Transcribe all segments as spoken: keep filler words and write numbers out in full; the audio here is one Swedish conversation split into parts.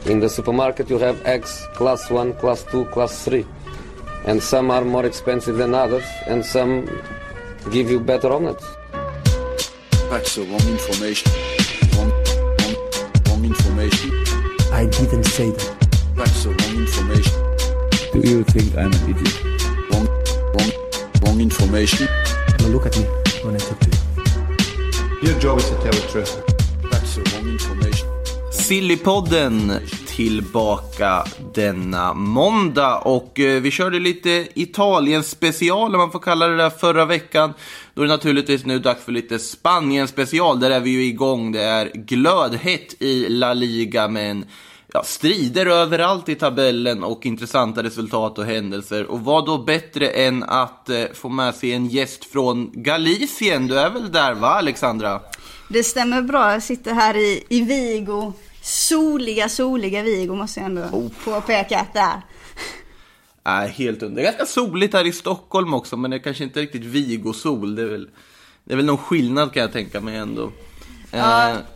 In the supermarket you have eggs class one, class two, class three. And some are more expensive than others, and some give you better omelets. That's the wrong information. Wrong, wrong, wrong information. I didn't say that. That's the wrong information. Do you think I'm an idiot? Wrong, wrong, wrong information. Now look at me when I talk to you. Your job is to tell the truth. That's the wrong information. Sillypodden tillbaka denna måndag, och eh, vi körde lite Italien special, om man får kalla det där, förra veckan. Då är det naturligtvis nu dags för lite Spanien special. Där är vi ju igång, det är glödhett i La Liga, men ja, strider överallt i tabellen och intressanta resultat och händelser. Och vad då bättre än att eh, få med sig en gäst från Galicien. Du är väl där, va, Alexandra? Det stämmer bra, jag sitter här i, i Vigo. Soliga, soliga Vigo måste jag ändå oh. påpeka att det är. Nej, helt under. Det är ganska soligt här i Stockholm också, men det är kanske inte riktigt Vigo-sol. Det är väl, det är väl någon skillnad, kan jag tänka mig ändå. Ja. Eh,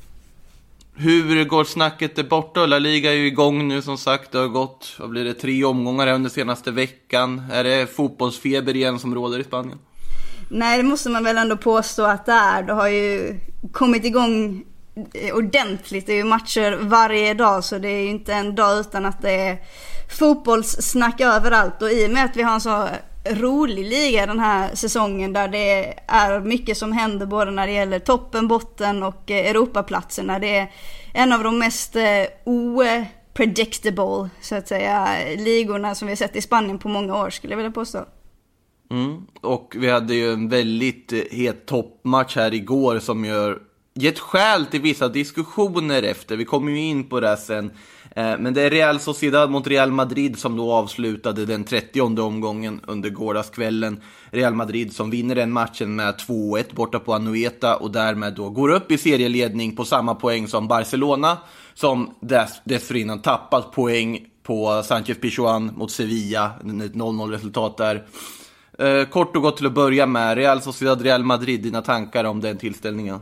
hur går snacket där borta? La Liga är ju igång nu, som sagt. Det har gått, vad blir det, tre omgångar under senaste veckan. Är det fotbollsfeber igen som råder i Spanien? Nej, det måste man väl ändå påstå att det är. Det har ju kommit igång ordentligt. Det är ju matcher varje dag, så det är ju inte en dag utan att det är fotbollssnack överallt. Och i och med att vi har en så rolig liga den här säsongen, där det är mycket som händer både när det gäller toppen, botten och Europaplatserna. Det är en av de mest opredictable, så att säga, ligorna som vi har sett i Spanien på många år, skulle jag vilja påstå. Mm. Och vi hade ju en väldigt het toppmatch här igår som gör gett skäl till vissa diskussioner efter. Vi kommer ju in på det sen. Eh, men det är Real Sociedad mot Real Madrid som då avslutade den trettionde omgången under gårdagskvällen. Real Madrid som vinner den matchen med två ett borta på Anoeta, och därmed då går upp i serieledning på samma poäng som Barcelona, som dess, dessförinnan tappat poäng på Sánchez Pizjuán mot Sevilla. Ett noll noll resultat där. Eh, kort och gott till att börja med, Real Sociedad, Real Madrid, dina tankar om den tillställningen?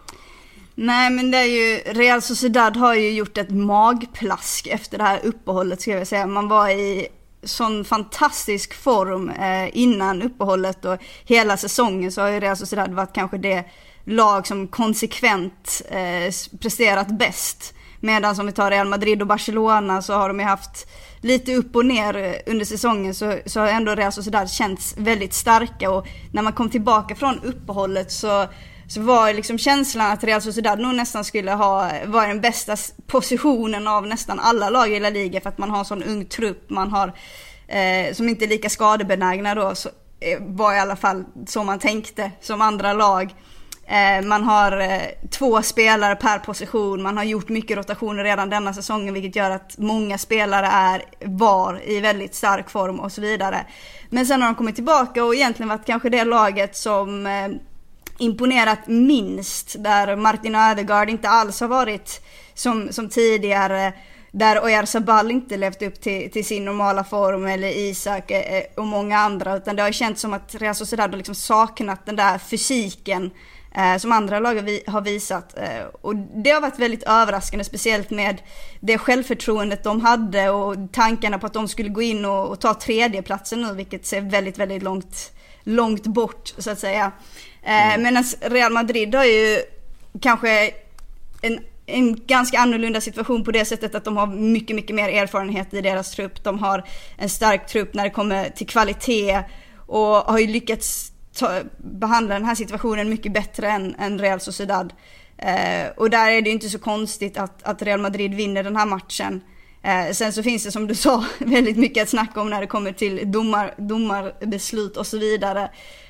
Nej, men det är ju, Real Sociedad har ju gjort ett magplask efter det här uppehållet, ska jag säga. Man var i sån fantastisk form eh, innan uppehållet, och hela säsongen så har ju Real Sociedad varit kanske det lag som konsekvent eh, presterat bäst. Medan som vi tar Real Madrid och Barcelona, så har de ju haft lite upp och ner under säsongen, så, så har ändå Real Sociedad känts väldigt starka. Och när man kom tillbaka från uppehållet så Så var liksom känslan att Real Sociedad nog nästan skulle ha varit den bästa positionen av nästan alla lag i La Liga, för att man har en sån ung trupp, man har eh, som inte är lika skadebenägna då, så, eh, var i alla fall så man tänkte som andra lag. Eh, man har eh, två spelare per position, man har gjort mycket rotationer redan denna säsongen, vilket gör att många spelare är var i väldigt stark form och så vidare. Men sen har de kommit tillbaka och egentligen varit kanske det laget som eh, imponerat minst, där Martin Ödegaard inte alls har varit som, som tidigare, där Oyarzabal inte levt upp till, till sin normala form, eller Isak eh, och många andra, utan det har känts som att Real Sociedad har liksom saknat den där fysiken eh, som andra lag vi, har visat, eh, och det har varit väldigt överraskande, speciellt med det självförtroendet de hade och tankarna på att de skulle gå in och, och ta tredjeplatsen nu, vilket ser väldigt, väldigt långt, långt bort, så att säga. Mm. Men Real Madrid har ju kanske en, en ganska annorlunda situation på det sättet att de har mycket, mycket mer erfarenhet i deras trupp. De har en stark trupp när det kommer till kvalitet, och har ju lyckats ta, behandla den här situationen mycket bättre än, än Real Sociedad. Eh, och där är det inte så konstigt att, att Real Madrid vinner den här matchen. Eh, sen så finns det, som du sa, väldigt mycket att snacka om när det kommer till domar, domarbeslut och så vidare.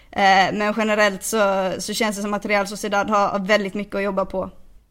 Men generellt så, så känns det som att Real Sociedad har väldigt mycket att jobba på.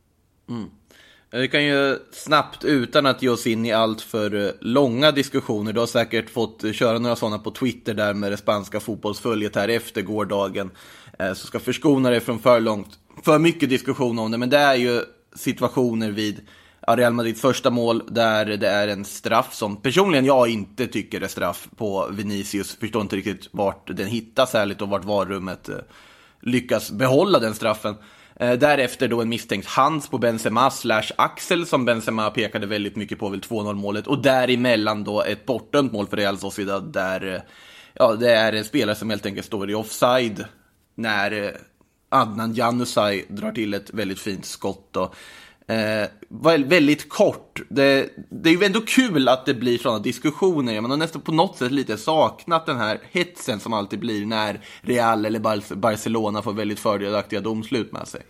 Mm. Vi kan ju snabbt, utan att ge oss in i allt för långa diskussioner, du har säkert fått köra några sådana på Twitter där med det spanska fotbollsföljet här efter gårdagen, så ska förskona dig från för långt, för mycket diskussion om det. Men det är ju situationer vid Real Madrids första mål där det är en straff som personligen jag inte tycker är straff på Vinicius. Förstår inte riktigt vart den hittas härligt och vart varummet lyckas behålla den straffen. Eh, därefter då en misstänkt hands på Benzema slash Axel som Benzema pekade väldigt mycket på, väl två noll målet. Och däremellan då ett bortdömt mål för Real Sociedad där eh, ja, det är en spelare som helt enkelt står i offside när eh, Adnan Januzaj drar till ett väldigt fint skott. Och, eh, väldigt kort. Det, det är ju ändå kul att det blir sådana diskussioner. Man har nästan på något sätt lite saknat den här hetsen som alltid blir när Real eller Bar- Barcelona får väldigt fördelaktiga domslut med sig.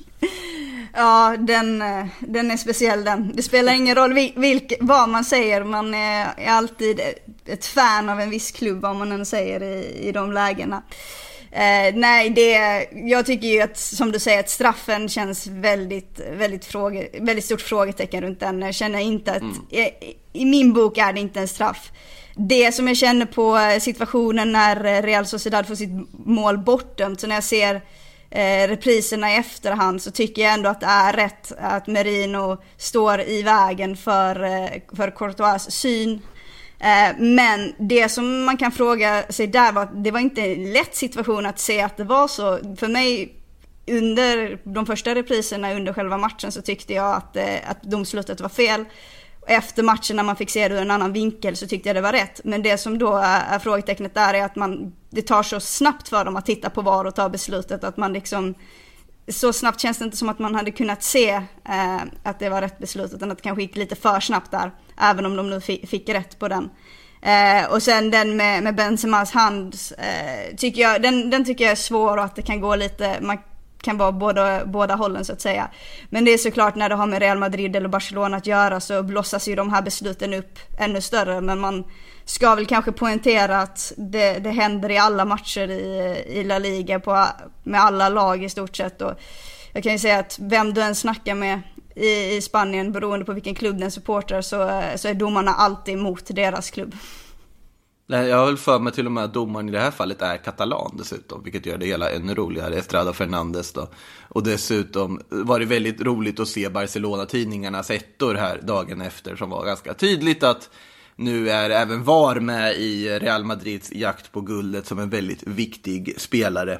Ja, den, den är speciell den. Det spelar ingen roll vilk, vad man säger. Man är, är alltid ett fan av en viss klubb, vad man än säger i, i de lägena. Eh, nej, det, jag tycker ju att, som du säger, att straffen känns väldigt, väldigt, fråge, väldigt stort frågetecken runt den. Jag känner inte att, mm. i, i min bok är det inte en straff. Det som jag känner på situationen när Real Sociedad får sitt mål bortdömt, så när jag ser eh, repriserna i efterhand så tycker jag ändå att det är rätt att Merino står i vägen för, eh, för Courtois syn. Men det som man kan fråga sig där var att det var inte en lätt situation att se att det var så. För mig under de första repriserna under själva matchen så tyckte jag att, att domslutet var fel. Efter matchen när man fick se det ur en annan vinkel så tyckte jag det var rätt. Men det som då är frågetecknet där är att man, det tar så snabbt för dem att titta på V A R och ta beslutet att man liksom, så snabbt känns det inte som att man hade kunnat se eh, att det var rätt beslut, utan att det kanske gick lite för snabbt där, även om de nu fick, fick rätt på den. Eh, och sen den med, med Benzemas hand eh, tycker jag, den, den tycker jag är svår, och att det kan gå lite, man kan vara båda, båda hållen så att säga. Men det är såklart, när det har med Real Madrid eller Barcelona att göra så blossas ju de här besluten upp ännu större, men man ska väl kanske poängtera att det, det händer i alla matcher i, i La Liga på, med alla lag i stort sett. Och jag kan ju säga att vem du än snackar med i, i Spanien, beroende på vilken klubb den supportar, så, så är domarna alltid emot deras klubb. Jag har väl för mig till och med att domaren i det här fallet är katalan dessutom, vilket gör det hela ännu roligare. Estrada Fernandes då. Och dessutom var det väldigt roligt att se Barcelona-tidningarnas ettor här dagen efter, som var ganska tydligt att nu är även V A R med i Real Madrids jakt på guldet som en väldigt viktig spelare.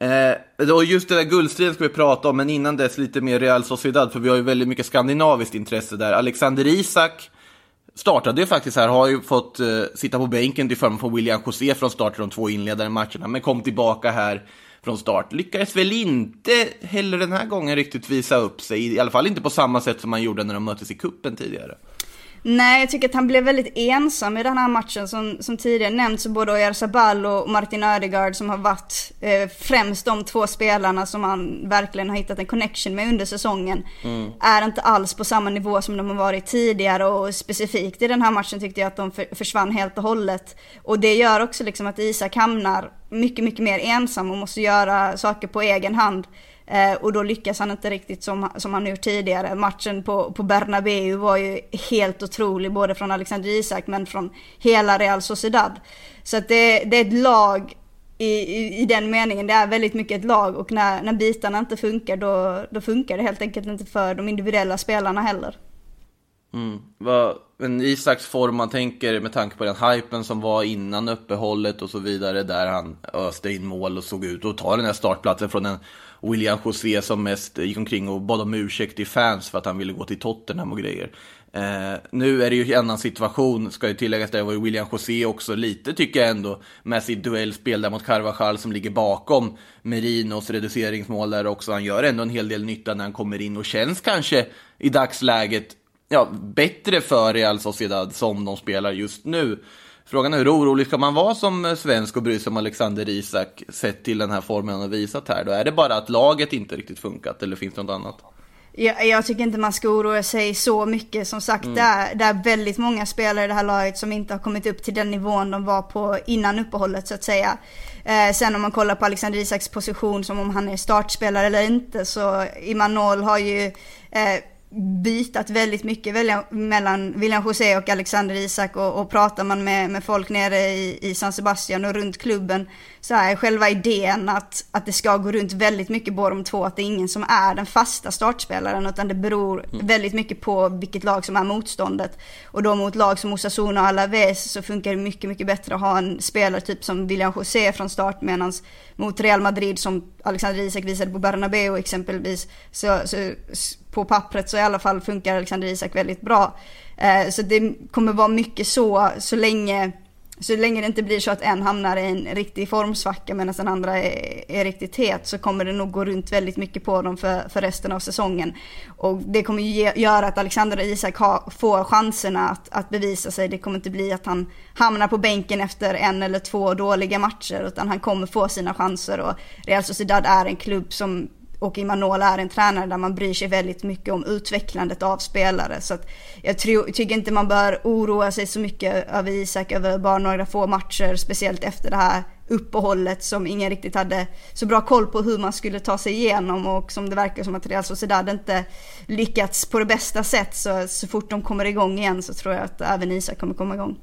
Eh, och just det där guldstriden ska vi prata om, men innan dess lite mer Real Sociedad, för vi har ju väldigt mycket skandinaviskt intresse där. Alexander Isak startade ju faktiskt här, har ju fått uh, sitta på bänken till förmån för William José från start i de två inledande matcherna, men kom tillbaka här från start. Lyckades väl inte heller den här gången riktigt visa upp sig, i alla fall inte på samma sätt som man gjorde när de möttes i kuppen tidigare. Nej, jag tycker att han blev väldigt ensam i den här matchen. Som, som tidigare nämnts, så både Oyarzabal och Martin Ödegaard, som har varit eh, främst de två spelarna som han verkligen har hittat en connection med under säsongen, mm. är inte alls på samma nivå som de har varit tidigare. Och specifikt i den här matchen tyckte jag att de för, försvann helt och hållet. Och det gör också liksom att Isak hamnar mycket, mycket mer ensam och måste göra saker på egen hand. Eh, och då lyckas han inte riktigt som, som han gjort tidigare. Matchen på, på Bernabéu var ju helt otrolig, både från Alexander Isak men från hela Real Sociedad. Så att det, det är ett lag i, i, i den meningen, det är väldigt mycket ett lag, och när, när bitarna inte funkar då, då funkar det helt enkelt inte för de individuella spelarna heller. Mm. Vad, en Isaks form, man tänker med tanke på den hypen som var innan uppehållet och så vidare, där han öste in mål och såg ut och ta den här startplatsen från en William José som mest gick omkring och bad om ursäkt till fans för att han ville gå till Tottenham och grejer. Eh, nu är det ju en annan situation, ska ju tilläggas, där var ju William José också lite, tycker jag ändå, med sitt duellspel där mot Carvajal som ligger bakom Merinos reduceringsmål där också. Han gör ändå en hel del nytta när han kommer in och känns kanske i dagsläget ja, bättre för Real Sociedad som de spelar just nu. Frågan är hur orolig ska man vara som svensk och bry sig om Alexander Isak sett till den här formen han har visat här då? Är det bara att laget inte riktigt funkat, eller finns det något annat? Jag, jag tycker inte man ska oroa sig så mycket. Som sagt, mm. det, är, det är väldigt många spelare i det här laget som inte har kommit upp till den nivån de var på innan uppehållet så att säga. Eh, sen om man kollar på Alexander Isaks position, som om han är startspelare eller inte, så Imanol har ju... Eh, bytat väldigt mycket mellan William José och Alexander Isak, och, och pratar man med, med folk nere i, i San Sebastian och runt klubben, så är själva idén att, att det ska gå runt väldigt mycket på de två, att det är ingen som är den fasta startspelaren, utan det beror mm. väldigt mycket på vilket lag som är motståndet. Och då mot lag som Osasuna och Alaves så funkar det mycket, mycket bättre att ha en spelare typ som William José från start, medan mot Real Madrid, som Alexander Isak visade på Bernabéu exempelvis, så, så på pappret så i alla fall funkar Alexander Isak väldigt bra. Eh, så det kommer vara mycket så, så länge, så länge det inte blir så att en hamnar i en riktig formsvacka medan den andra är, är riktigt het, så kommer det nog gå runt väldigt mycket på dem för, för resten av säsongen. Och det kommer ju ge, göra att Alexander Isak ha, får chanserna att, att bevisa sig. Det kommer inte bli att han hamnar på bänken efter en eller två dåliga matcher, utan han kommer få sina chanser. Och Real Sociedad är en klubb som, och Imanol är en tränare där man bryr sig väldigt mycket om utvecklandet av spelare. Så att jag tror, tycker inte man bör oroa sig så mycket över Isak över bara några få matcher, speciellt efter det här uppehållet som ingen riktigt hade så bra koll på hur man skulle ta sig igenom, och som det verkar som att Real Sociedad inte lyckats på det bästa sätt. Så, så fort de kommer igång igen så tror jag att även Isak kommer komma igång.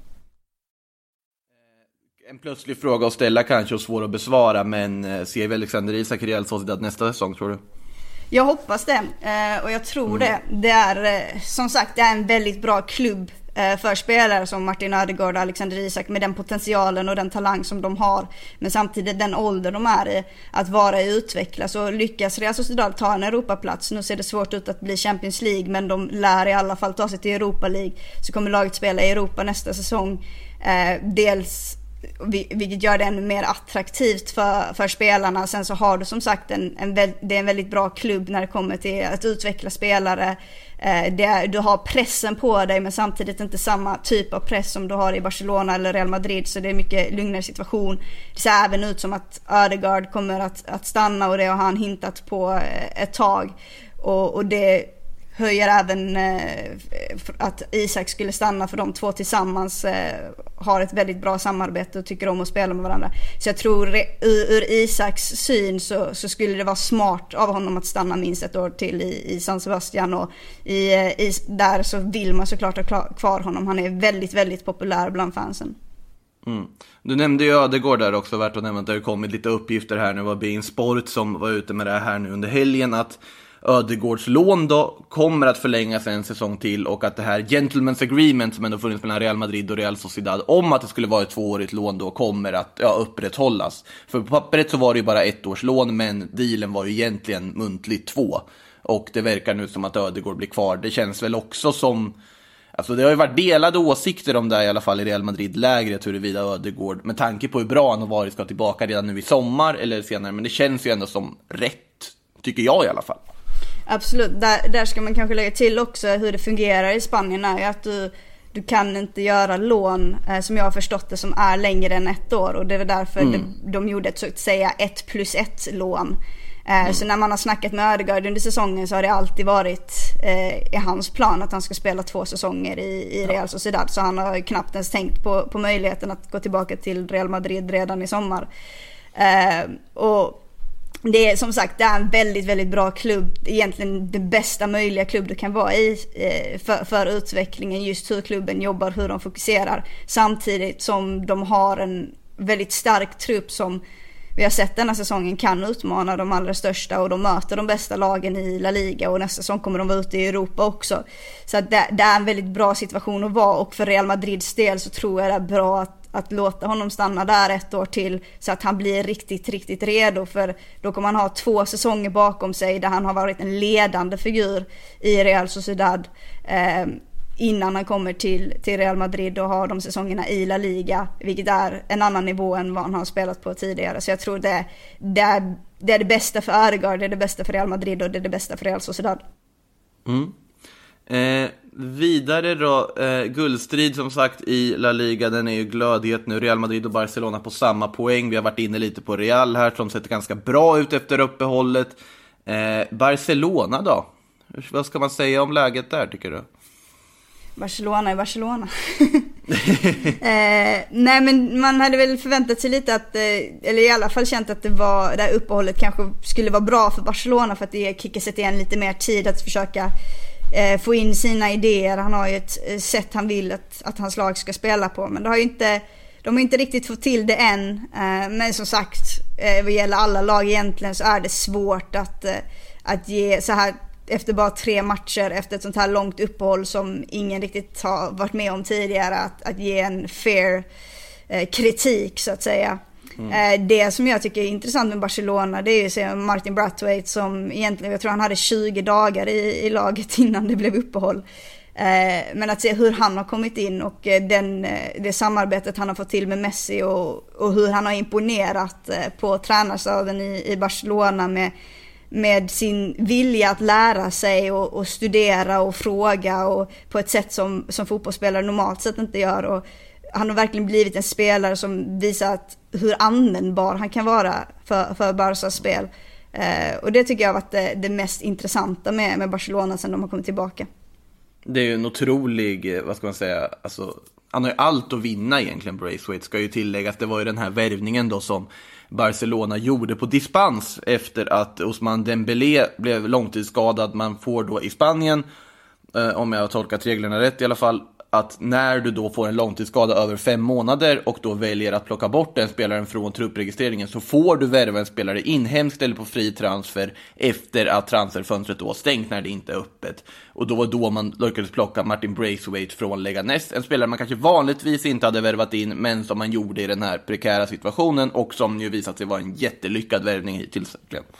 En plötslig fråga att ställa kanske och svår att besvara, men ser vi Alexander Isak i Real Sociedad nästa säsong, tror du? Jag hoppas det, och jag tror mm. det. Det är som sagt det är en väldigt bra klubb för spelare som Martin Ödegaard och Alexander Isak, med den potentialen och den talang som de har, men samtidigt den ålder de är i, att vara i utvecklas. Och lyckas Real Sociedad ta en Europaplats, nu ser det svårt ut att bli Champions League, men de lär i alla fall ta sig till Europa League, så kommer laget spela i Europa nästa säsong. Eh, dels vilket gör det ännu mer attraktivt för, för spelarna. Sen så har du som sagt en, en, det är en väldigt bra klubb när det kommer till att utveckla spelare. Eh, det är, du har pressen på dig, men samtidigt inte samma typ av press som du har i Barcelona eller Real Madrid, så det är mycket lugnare situation. Det ser även ut som att Ödegaard kommer att, att stanna, och det har han hintat på ett tag, och, och det höjer även eh, att Isak skulle stanna, för de två tillsammans eh, har ett väldigt bra samarbete och tycker om att spela med varandra. Så jag tror re, ur, ur Isaks syn så, så skulle det vara smart av honom att stanna minst ett år till i, i San Sebastian, och i, i, där så vill man såklart ha kvar honom. Han är väldigt, väldigt populär bland fansen. Mm. Du nämnde ju Ödegaard där också, värt att nämna att det har kommit lite uppgifter här nu, var Bein Sport som var ute med det här nu under helgen, att Ödegårds lån då kommer att förlängas en säsong till, och att det här gentleman's agreement som ändå funnits mellan Real Madrid och Real Sociedad om att det skulle vara ett tvåårigt lån då kommer att ja, upprätthållas. För på pappret så var det ju bara ett års lån, men dealen var ju egentligen muntligt två, och det verkar nu som att Ödegård blir kvar. Det känns väl också som, alltså det har ju varit delade åsikter om det i alla fall i Real Madrid-lägret, huruvida Ödegård med tanke på hur bra han har varit ska tillbaka redan nu i sommar eller senare, men det känns ju ändå som rätt, tycker jag i alla fall. Absolut, där, där ska man kanske lägga till också hur det fungerar i Spanien är ju att du, du kan inte göra lån eh, som jag har förstått det som är längre än ett år, och det är därför mm. de, de gjorde ett så att säga ett plus ett lån. Eh, mm. Så när man har snackat med Ödegaard under säsongen så har det alltid varit eh, i hans plan att han ska spela två säsonger i, i Real Sociedad, så han har knappt ens tänkt på, på möjligheten att gå tillbaka till Real Madrid redan i sommar. Eh, och det är som sagt det är en väldigt, väldigt bra klubb, egentligen den bästa möjliga klubb du kan vara i för, för utvecklingen, just hur klubben jobbar, hur de fokuserar, samtidigt som de har en väldigt stark trupp som vi har sett denna säsongen kan utmana de allra största, och de möter de bästa lagen i La Liga, och nästa säsong kommer de vara ute i Europa också. Så att det, det är en väldigt bra situation att vara, och för Real Madrids del så tror jag det är bra att att låta honom stanna där ett år till, så att han blir riktigt, riktigt redo, för då kommer han ha två säsonger bakom sig där han har varit en ledande figur i Real Sociedad eh, innan han kommer till, till Real Madrid och har de säsongerna i La Liga, vilket är en annan nivå än vad han har spelat på tidigare. Så jag tror det, det, är, det är det bästa för Ödegaard, det är det bästa för Real Madrid och det är det bästa för Real Sociedad. Mm. Eh, vidare då, eh, guldstrid som sagt i La Liga, den är ju glödhet nu. Real Madrid och Barcelona på samma poäng. Vi har varit inne lite på Real här som sett ganska bra ut efter uppehållet. eh, Barcelona då, vad ska man säga om läget där tycker du? Barcelona är Barcelona. eh, nej men man hade väl förväntat sig lite att, eh, eller i alla fall känt att det var, det här uppehållet kanske skulle vara bra för Barcelona, för att det kickar sig igen lite mer tid att försöka eh, få in sina idéer. Han har ju ett sätt han vill att, att hans lag ska spela på, men det har ju inte, de har inte riktigt fått till det än. Eh, men som sagt, eh, vad gäller alla lag egentligen så är det svårt att, eh, att ge så här efter bara tre matcher, efter ett sånt här långt uppehåll som ingen riktigt har varit med om tidigare, att, att ge en fair eh, kritik så att säga. Mm. Eh, det som jag tycker är intressant med Barcelona, det är ju att se Martin Braithwaite som egentligen, jag tror han hade tjugo dagar i, i laget innan det blev uppehåll. Eh, men att se hur han har kommit in och eh, den, eh, det samarbetet han har fått till med Messi och, och hur han har imponerat eh, på tränarstaben i, i Barcelona med med sin vilja att lära sig och, och studera och fråga och på ett sätt som, som fotbollsspelare normalt sett inte gör. Och han har verkligen blivit en spelare som visar att, hur användbar han kan vara för, för Barças spel. Eh, och det tycker jag har varit det, det mest intressanta med, med Barcelona sedan de har kommit tillbaka. Det är ju en otrolig, vad ska man säga, alltså, han har ju allt att vinna egentligen. Braithwaite ska ju tilläggas, det var ju den här värvningen då som Barcelona gjorde på dispens efter att Ousmane Dembélé blev långtidsskadad. Man får då i Spanien, eh, om jag har tolkat reglerna rätt i alla fall, att när du då får en långtidsskada över fem månader och då väljer att plocka bort den spelaren från truppregistreringen, så får du värva en spelare inhemskt eller på fri transfer efter att transferfönstret då stängt när det inte är öppet. Och då var då man lyckades plocka Martin Braithwaite från Leganés, en spelare man kanske vanligtvis inte hade värvat in, men som man gjorde i den här prekära situationen och som ju visat sig vara en jättelyckad värvning hittills.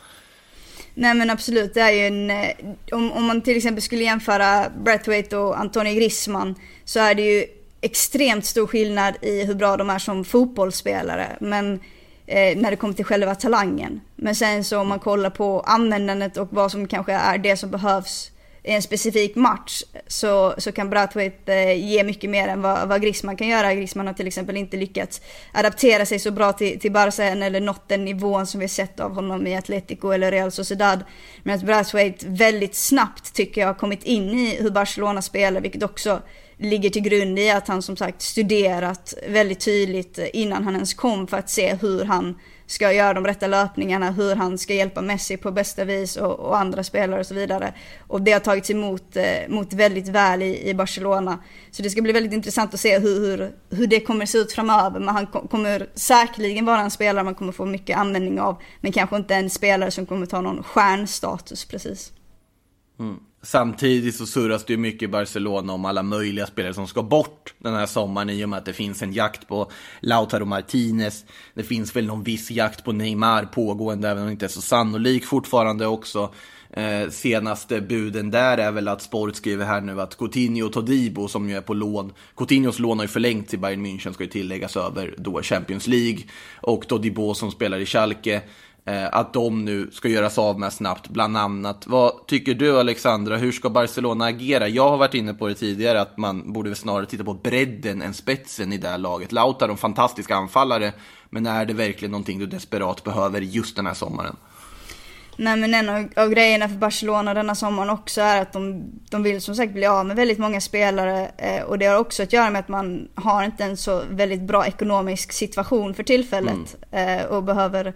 Nej men absolut, det är ju en, om, om man till exempel skulle jämföra Braithwaite och Antonio Griezmann, så är det ju extremt stor skillnad i hur bra de är som fotbollsspelare, men eh, när det kommer till själva talangen. Men sen så om man kollar på användandet och vad som kanske är det som behövs i en specifik match, så, så kan Braithwaite eh, ge mycket mer än vad, vad Griezmann kan göra. Griezmann har till exempel inte lyckats adaptera sig så bra till, till Barca eller nått den nivån som vi sett av honom i Atletico eller Real Sociedad. Men att Braithwaite väldigt snabbt tycker jag har kommit in i hur Barcelona spelar, vilket också ligger till grund i att han som sagt studerat väldigt tydligt innan han ens kom för att se hur han ska göra de rätta löpningarna, hur han ska hjälpa Messi på bästa vis och, och andra spelare och så vidare. Och det har tagits emot eh, mot väldigt väl i, i Barcelona. Så det ska bli väldigt intressant att se hur, hur, hur det kommer se ut framöver. Men han kom, kommer säkerligen vara en spelare man kommer få mycket användning av, men kanske inte en spelare som kommer ta någon stjärnstatus precis. Mm. Samtidigt så surras det ju mycket i Barcelona om alla möjliga spelare som ska bort den här sommaren, i och med att det finns en jakt på Lautaro Martinez. Det finns väl någon viss jakt på Neymar pågående, även om det inte är så sannolik fortfarande också. Eh, senaste buden där är väl att Sport skriver här nu att Coutinho och Todibo, som ju är på lån, Coutinhos lån har ju förlängts i Bayern München, ska ju tilläggas över då Champions League, och Todibo som spelar i Schalke, att de nu ska göras av med snabbt bland annat. Vad tycker du, Alexandra? Hur ska Barcelona agera? Jag har varit inne på det tidigare att man borde snarare titta på bredden än spetsen i det här laget. Lautaro är en fantastisk anfallare, men är det verkligen någonting du desperat behöver just den här sommaren? Nej, men en av, av grejerna för Barcelona denna sommaren också är att de, de vill som sagt bli av med väldigt många spelare, eh, och det har också att göra med att man har inte en så väldigt bra ekonomisk situation för tillfället, mm. eh, och behöver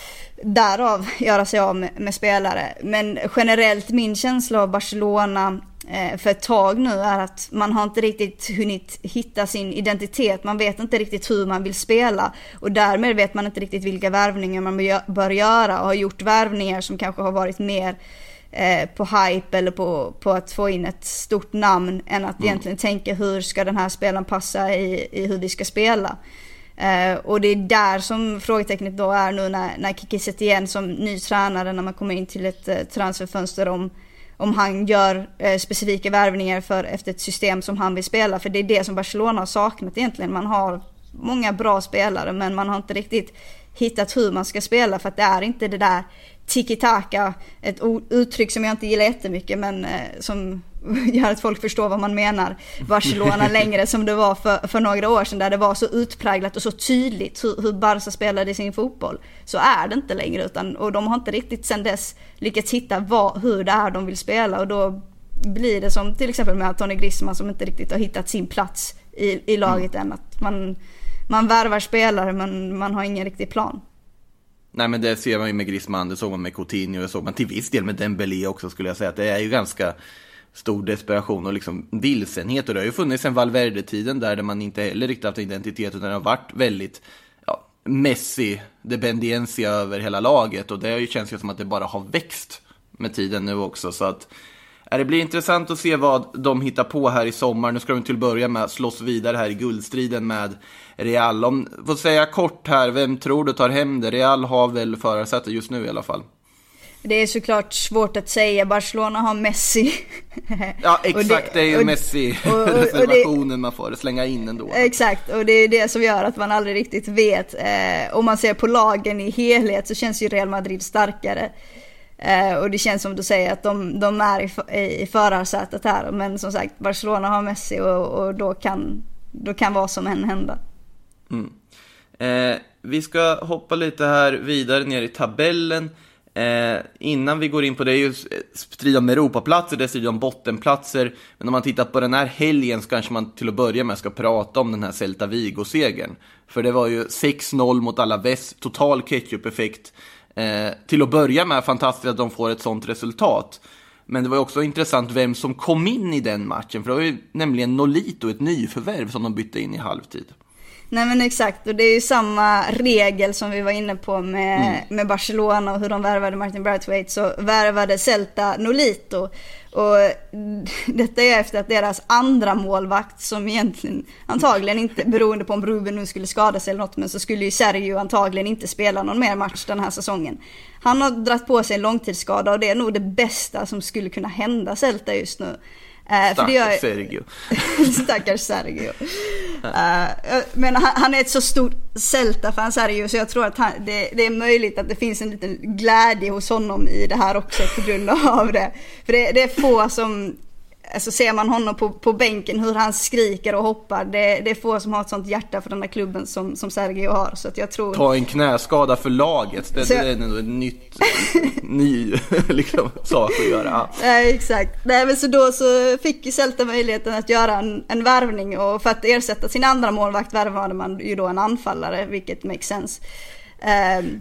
därav göra sig av med, med spelare. Men generellt min känsla av Barcelona eh, för ett tag nu är att man har inte riktigt hunnit hitta sin identitet. Man vet inte riktigt hur man vill spela, och därmed vet man inte riktigt vilka värvningar man bör göra, och har gjort värvningar som kanske har varit mer eh, på hype eller på, på att få in ett stort namn än att mm. egentligen tänka hur ska den här spelaren passa i, i hur vi ska spela. Uh, och det är där som frågetecknet då är nu när, när Kiki Setien som ny tränare, när man kommer in till ett uh, transferfönster, om, om han gör uh, specifika värvningar för, efter ett system som han vill spela. För det är det som Barcelona har saknat egentligen. Man har många bra spelare, men man har inte riktigt hittat hur man ska spela, för att det är inte det där tiki-taka, ett uttryck som jag inte gillar jättemycket, men uh, som gör att folk förstår vad man menar, Barcelona längre, som det var för, för några år sedan, där det var så utpräglat och så tydligt hur, hur Barca spelade sin fotboll. Så är det inte längre, utan, och de har inte riktigt sedan dess lyckats hitta vad, hur det är de vill spela, och då blir det som till exempel med Antonio Griezmann som inte riktigt har hittat sin plats i, i laget mm. än, att man, man värvar spelare men man har ingen riktig plan. Nej, men det ser man ju med Griezmann, det såg man med Coutinho, det såg man till viss del med Dembélé också, skulle jag säga, att det är ju ganska stor desperation och liksom vilsenhet. Och det har ju funnits en Valverde-tiden där, där man inte heller riktigt haft identitet, utan det har varit väldigt ja, Messi, dependencia över hela laget. Och det har ju känns ju som att det bara har växt med tiden nu också. Så att ja, det blir intressant att se vad de hittar på här i sommar. Nu ska de till att börja med att slåss vidare här i guldstriden med Real. Om får säga kort här, vem tror du tar hem det? Real har väl förarsätet just nu i alla fall. Det är såklart svårt att säga. Barcelona har Messi. Ja, exakt. Det, det är ju och, Messi-reservationen man får slänga in ändå. Exakt, och det är det som gör att man aldrig riktigt vet. Eh, om man ser på lagen i helhet så känns ju Real Madrid starkare. Eh, och det känns som du säger att de, de är i, i, i förarsätet här. Men som sagt, Barcelona har Messi och, och då, kan, då kan vad som än hända. Mm. Eh, vi ska hoppa lite här vidare ner i tabellen. Eh, innan vi går in på det, är ju strid om Europaplatser, det är strid om bottenplatser. Men om man tittar på den här helgen så kanske man till att börja med ska prata om den här Celta Vigo-segern. För det var ju sex noll mot Alaves, total ketchup-effekt. Eh, till att börja med, fantastiskt att de får ett sånt resultat. Men det var också intressant vem som kom in i den matchen. För det var ju nämligen Nolito, ett nyförvärv som de bytte in i halvtid. Nej men exakt, och det är ju samma regel som vi var inne på med, mm. med Barcelona och hur de värvade Martin Braithwaite. Så värvade Celta Nolito, och detta är efter att deras andra målvakt, som egentligen antagligen inte, beroende på om Ruben nu skulle skada sig eller något, men så skulle ju Sergio antagligen inte spela någon mer match den här säsongen. Han har dratt på sig en långtidsskada, och det är nog det bästa som skulle kunna hända Celta just nu. Uh, Stackars gör... Sergio. Stackars Sergio. Uh, men han, han är ett så stort Celta-fan, Sergio, så jag tror att han, det, det är möjligt att det finns en liten glädje hos honom i det här också på grund av det. För det, det är få som, alltså ser man honom på, på bänken, hur han skriker och hoppar, det, det är få som har ett sånt hjärta för den här klubben som, som Sergio har. Så att jag tror... Ta en knäskada för laget, det, så... det är ändå ett nytt ny liksom, sak att göra. Ja. Nej, exakt. Nej, men så då så fick ju Celta möjligheten att göra en, en värvning, och för att ersätta sin andra målvakt värvade man ju då en anfallare, vilket makes sense. Um,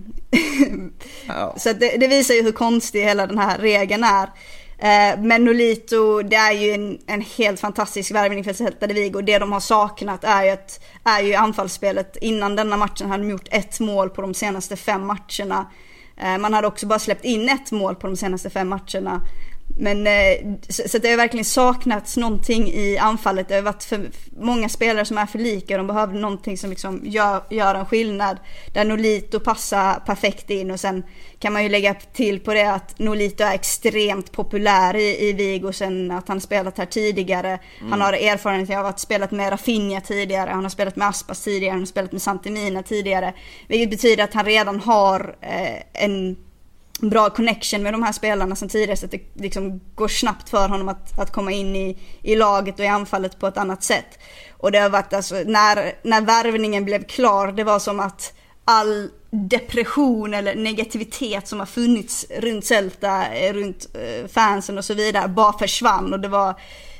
ja. Så det, det visar ju hur konstig hela den här regeln är. Men Nolito, det är ju en, en helt fantastisk värvning för Celta de Vigo. Det de har saknat är ju, ett, är ju anfallsspelet. Innan denna matchen hade de gjort ett mål på de senaste fem matcherna. Man hade också bara släppt in ett mål på de senaste fem matcherna. Men så det har verkligen saknats någonting i anfallet. Det har varit för många spelare som är för lika. De behöver någonting som liksom gör, gör en skillnad. Där Nolito passar perfekt in. Och sen kan man ju lägga till på det att Nolito är extremt populär i, i Vigo sen att han spelat här tidigare. Mm. Han har erfarenhet av att spelat med Rafinha tidigare. Han har spelat med Aspas tidigare. Han har spelat med Santimina tidigare. Vilket betyder att han redan har eh, en bra connection med de här spelarna som tidigare, så att det liksom går snabbt för honom att, att komma in i, i laget och i anfallet på ett annat sätt. Och det har varit alltså, när, när värvningen blev klar, det var som att all depression eller negativitet som har funnits runt Celta, runt eh, fansen och så vidare, bara försvann. Och det var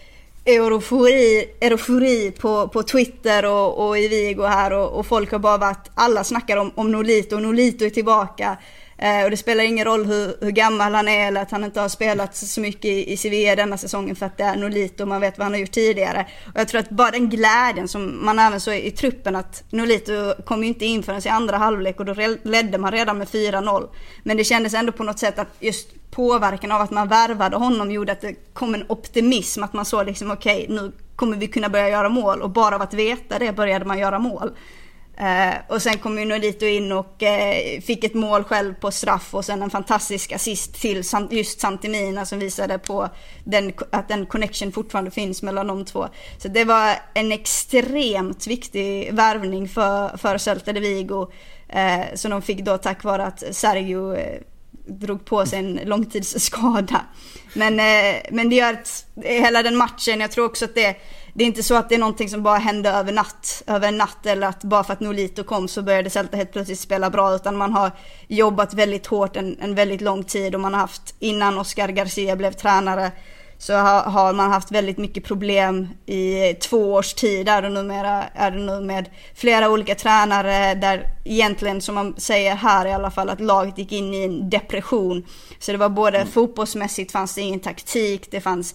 eufori, eufori på, på Twitter och, och i Vigo här, och, och folk har bara varit, alla snackar om, om Nolito, och Nolito är tillbaka. Eh, och det spelar ingen roll hur, hur gammal han är eller att han inte har spelat så mycket i, i Sevilla denna säsongen, för att det är Nolito och man vet vad han har gjort tidigare. Och jag tror att bara den glädjen som man även så i, i truppen, att Nolito kom ju inte in förrän i andra halvlek, och då ledde man redan med fyra noll. Men det kändes ändå på något sätt att just påverkan av att man värvade honom gjorde att det kom en optimism, att man såg liksom okej, okay, nu kommer vi kunna börja göra mål, och bara av att veta det började man göra mål. Uh, och sen kom ju Nolito in och uh, fick ett mål själv på straff, och sen en fantastisk assist till just Santimina som visade på den, att den connection fortfarande finns mellan de två. Så det var en extremt viktig värvning för, för Celta de Vigo, uh, som de fick då tack vare att Sergio uh, drog på sig en långtidsskada. Men, uh, men det gör att hela den matchen, jag tror också att det Det är inte så att det är någonting som bara hände över natt, över en natt, eller att bara för att Nolito kom så började Celta helt plötsligt spela bra, utan man har jobbat väldigt hårt en, en väldigt lång tid, och man har haft, innan Oscar Garcia blev tränare, så har, har man haft väldigt mycket problem i två års tid. Är det numera, är det nu med flera olika tränare, där egentligen, som man säger här i alla fall, att laget gick in i en depression. Så det var både mm. fotbollsmässigt fanns det ingen taktik, det fanns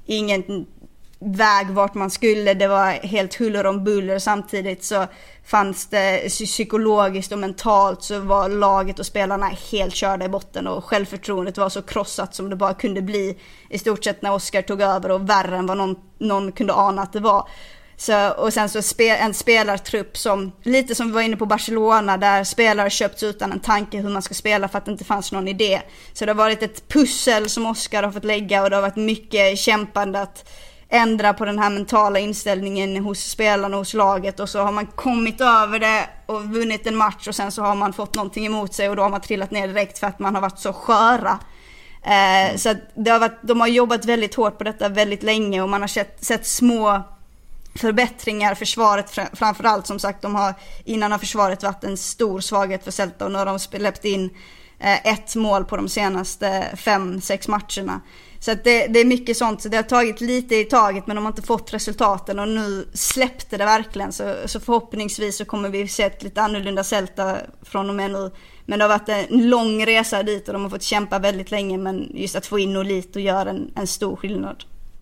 ingen väg vart man skulle, det var helt huller om buller. Samtidigt så fanns det psykologiskt och mentalt så var laget och spelarna helt körda i botten och självförtroendet var så krossat som det bara kunde bli i stort sett när Oscar tog över, och värre än vad någon, någon kunde ana att det var. Så, och sen så spe, en spelartrupp som, lite som vi var inne på Barcelona, där spelare köpts utan en tanke hur man ska spela för att det inte fanns någon idé. Så det har varit ett pussel som Oscar har fått lägga, och det har varit mycket kämpande att ändra på den här mentala inställningen hos spelarna och hos laget, och så har man kommit över det och vunnit en match, och sen så har man fått någonting emot sig och då har man trillat ner direkt för att man har varit så sköra. Eh, så att det har varit, de har jobbat väldigt hårt på detta väldigt länge, och man har sett, sett små förbättringar. Försvaret framförallt, som sagt, de har, innan har försvaret varit en stor svaghet för Celta, och nu har de släppt in eh, ett mål på de senaste fem, sex matcherna. Så att det, det är mycket sånt, så det har tagit lite i taget, men de har inte fått resultaten, och nu släppte det verkligen. Så, så förhoppningsvis så kommer vi se ett lite annorlunda Celta från och med nu. Men det har varit en lång resa dit och de har fått kämpa väldigt länge, men just att få in Nolito gör en, en stor skillnad.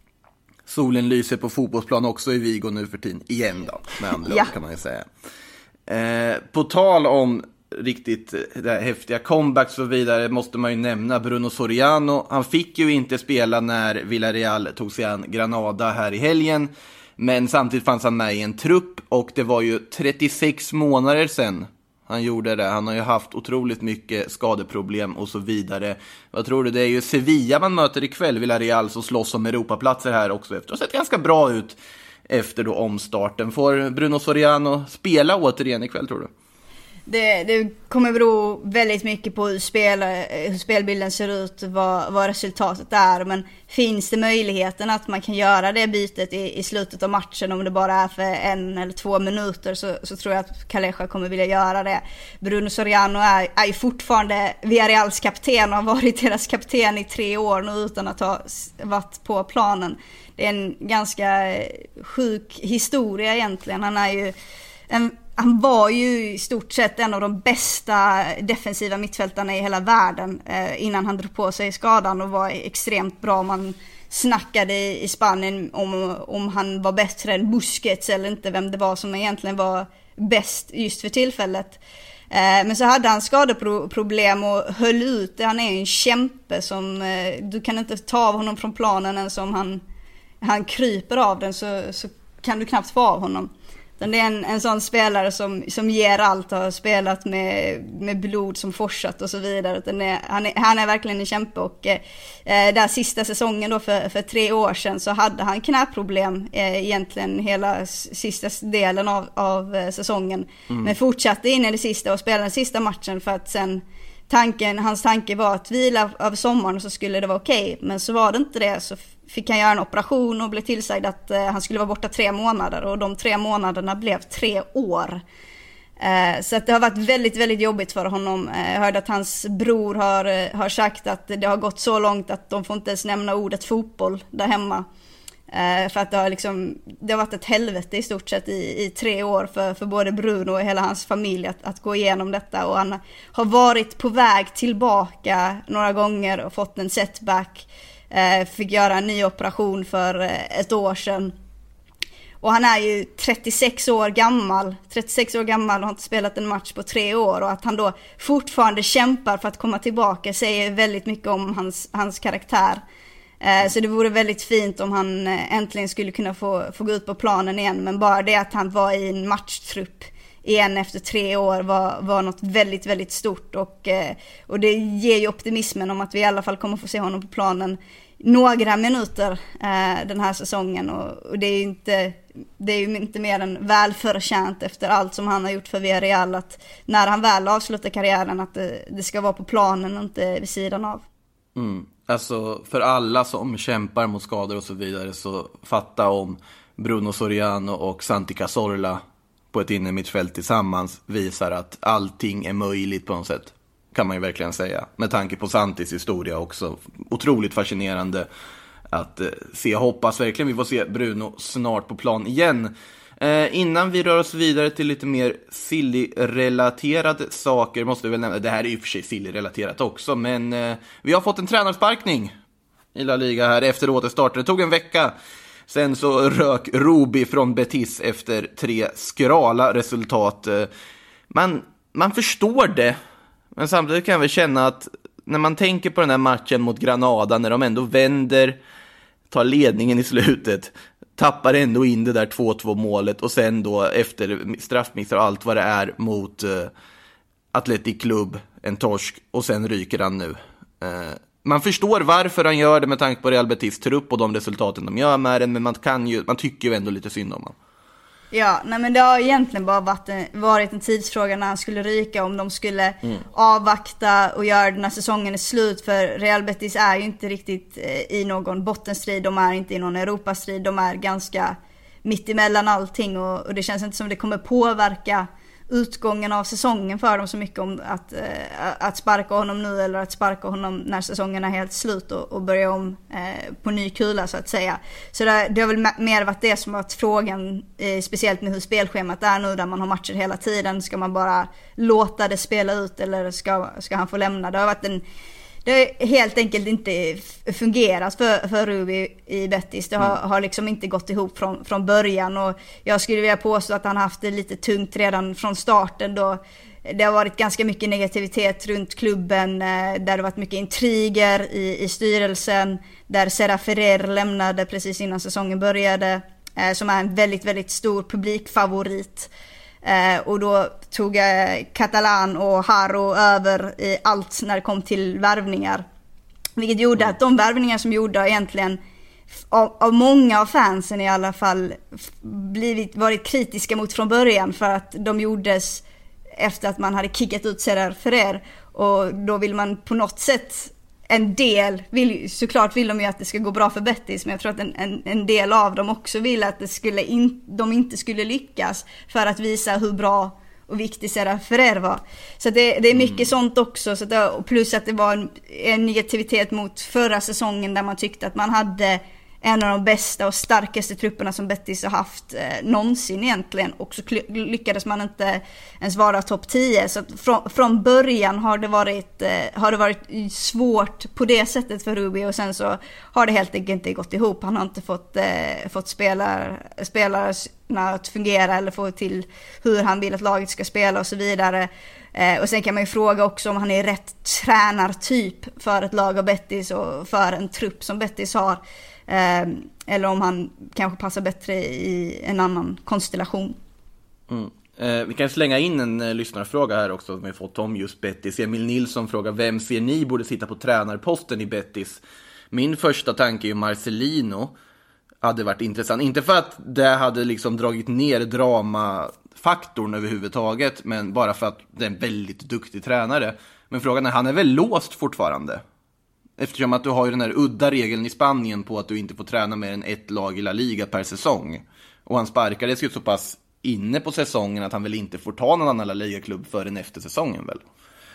Solen lyser på fotbollsplan också i Vigo nu för tiden, igen då, med andra ja. ord kan man ju säga. Eh, på tal om riktigt det häftiga comebacks och så vidare, måste man ju nämna Bruno Soriano. Han fick ju inte spela när Villarreal tog sig an Granada här i helgen, men samtidigt fanns han med i en trupp, och det var ju trettiosex månader sedan han gjorde det. Han har ju haft otroligt mycket skadeproblem och så vidare. Vad tror du? Det är ju Sevilla man möter ikväll, Villarreal, som slåss om Europaplatser här också efter. Det har sett ganska bra ut efter då omstarten. Får Bruno Soriano spela återigen ikväll, tror du? Det, det kommer bero väldigt mycket på hur, spel, hur spelbilden ser ut, vad, vad resultatet är. Men finns det möjligheten att man kan göra det bytet i, i slutet av matchen, om det bara är för en eller två minuter, så, så tror jag att Calleja kommer vilja göra det. Bruno Soriano är, är ju fortfarande Villarreals kapten och har varit deras kapten i tre år nu utan att ha varit på planen. Det är en ganska sjuk historia egentligen. Han är ju en Han var ju i stort sett en av de bästa defensiva mittfältarna i hela världen eh, innan han drog på sig skadan, och var extremt bra. Man snackade i, i Spanien om, om han var bättre än Busquets eller inte, vem det var som egentligen var bäst just för tillfället. Eh, men så hade han skadeproblem och höll ut. Han är en kämpe som eh, du kan inte ta av honom från planen, än som han, han kryper av den så, så kan du knappt få av honom. Det är en, en sån spelare som, som ger allt och har spelat med, med blod som forsat och så vidare. Den är, han, är, han är verkligen en kämpe, och eh, där sista säsongen då för, för tre år sedan så hade han knäproblem eh, egentligen hela sista delen av, av eh, säsongen. Mm. Men fortsatte in i det sista och spelade den sista matchen, för att sen tanken, hans tanke var att vila över sommaren så skulle det vara okej. Okay. Men så var det inte det, så fick han göra en operation och blev tillsagd att eh, han skulle vara borta tre månader. Och de tre månaderna blev tre år. Eh, så att det har varit väldigt, väldigt jobbigt för honom. Eh, jag hörde att hans bror har, eh, har sagt att det har gått så långt att de får inte ens nämna ordet fotboll där hemma. Eh, för att det har, liksom, det har varit ett helvete i stort sett i, i tre år för, för både Bruno och hela hans familj att, att gå igenom detta. Och han har varit på väg tillbaka några gånger och fått en setback. Eh, fick göra en ny operation för eh, ett år sedan. Och han är ju trettiosex år gammal. trettiosex år gammal och har inte spelat en match på tre år. Och att han då fortfarande kämpar för att komma tillbaka säger väldigt mycket om hans, hans karaktär. Eh, så det vore väldigt fint om han eh, äntligen skulle kunna få, få gå ut på planen igen. Men bara det att han var i en matchtrupp igen efter tre år var, var något väldigt, väldigt stort. Och, eh, och det ger ju optimismen om att vi i alla fall kommer få se honom på planen några minuter eh, den här säsongen. Och, och det är ju inte, det är ju inte mer än välförtjänt efter allt som han har gjort för Villarreal, att när han väl avslutar karriären att det, det ska vara på planen och inte vid sidan av. Mm. Alltså för alla som kämpar mot skador och så vidare, så fatta om Bruno Soriano och Santi Cazorla på ett innermittfält tillsammans visar att allting är möjligt på något sätt, kan man ju verkligen säga. Med tanke på Santis historia också. Otroligt fascinerande att eh, se. Hoppas verkligen vi får se Bruno snart på plan igen. Eh, innan vi rör oss vidare till lite mer Silly-relaterade saker måste vi väl nämna, det här är ju för sig Silly-relaterat också, men eh, vi har fått en tränarsparkning i La Liga här efter återstarten. Det tog en vecka. Sen så rök Rubi från Betis efter tre skrala resultat. Man, man förstår det. Men samtidigt kan jag väl känna att när man tänker på den här matchen mot Granada, när de ändå vänder, tar ledningen i slutet, tappar ändå in det där två två målet och sen då efter straffmissar och allt vad det är mot uh, Athletic Club, en torsk, och sen ryker han nu. Uh, man förstår varför han gör det med tanke på Real Betis trupp och de resultaten de gör med den, men man, kan ju, man tycker ju ändå lite synd om honom. Ja, nej men det har egentligen bara varit en, varit en tidsfråga när han skulle ryka, om de skulle mm. avvakta och göra den här säsongen är slut, för Real Betis är ju inte riktigt eh, i någon bottenstrid, de är inte i någon Europastrid, de är ganska mitt emellan allting, och, och det känns inte som det kommer påverka utgången av säsongen för dem så mycket om att, eh, att sparka honom nu eller att sparka honom när säsongen är helt slut och, och börja om eh, på ny kula så att säga. Så det, det har väl mer varit det som varit frågan, eh, speciellt med hur spelschemat är nu där man har matcher hela tiden. Ska man bara låta det spela ut eller ska, ska han få lämna? Det har varit en Det har helt enkelt inte fungerat för, för Rubi i Betis. Det har, mm. har liksom inte gått ihop från, från början. Och jag skulle vilja påstå att han haft det lite tungt redan från starten. Då det har varit ganska mycket negativitet runt klubben. Där det varit mycket intriger i, i styrelsen. Där Serra Ferrer lämnade precis innan säsongen började. Som är en väldigt, väldigt stor publikfavorit. Eh, och då tog eh, Catalan och Haro över i allt när det kom till värvningar. Vilket gjorde mm. att de värvningar som gjorda egentligen av, av många av fansen i alla fall blivit, varit kritiska mot från början, för att de gjordes efter att man hade kickat ut Serra Ferrer. Och då vill man på något sätt, en del vill, såklart vill de ju att det ska gå bra för Betis, men jag tror att en, en, en del av dem också vill att det skulle in, de inte skulle lyckas för att visa hur bra och viktig Serra Ferrer var. Så det, det är mycket mm. sånt också, så det, plus att det var en, en negativitet mot förra säsongen där man tyckte att man hade en av de bästa och starkaste trupperna som Betis har haft eh, någonsin egentligen, och så lyckades man inte ens vara topp tio. Så att från, från början har det, varit, eh, har det varit svårt på det sättet för Rubi, och sen så har det helt enkelt inte gått ihop. Han har inte fått, eh, fått spelar, spelarna att fungera eller få till hur han vill att laget ska spela och så vidare. Eh, och sen kan man ju fråga också om han är rätt tränartyp för ett lag av Betis och för en trupp som Betis har. Eh, eller om han kanske passar bättre i en annan konstellation. Mm. Eh, vi kan slänga in en eh, lyssnarfråga här också som vi fått om just Betis. Emil Nilsson frågar: vem ser ni borde sitta på tränarposten i Betis? Min första tanke är ju Marcelino. Hade varit intressant. Inte för att det hade liksom dragit ner dramafaktorn överhuvudtaget, men bara för att det är en väldigt duktig tränare. Men frågan är, han är väl låst fortfarande? Eftersom att du har ju den här udda regeln i Spanien på att du inte får träna mer än ett lag i La Liga per säsong. Och han sparkades ju så pass inne på säsongen att han väl inte får ta någon annan La Liga-klubb förrän efter säsongen väl?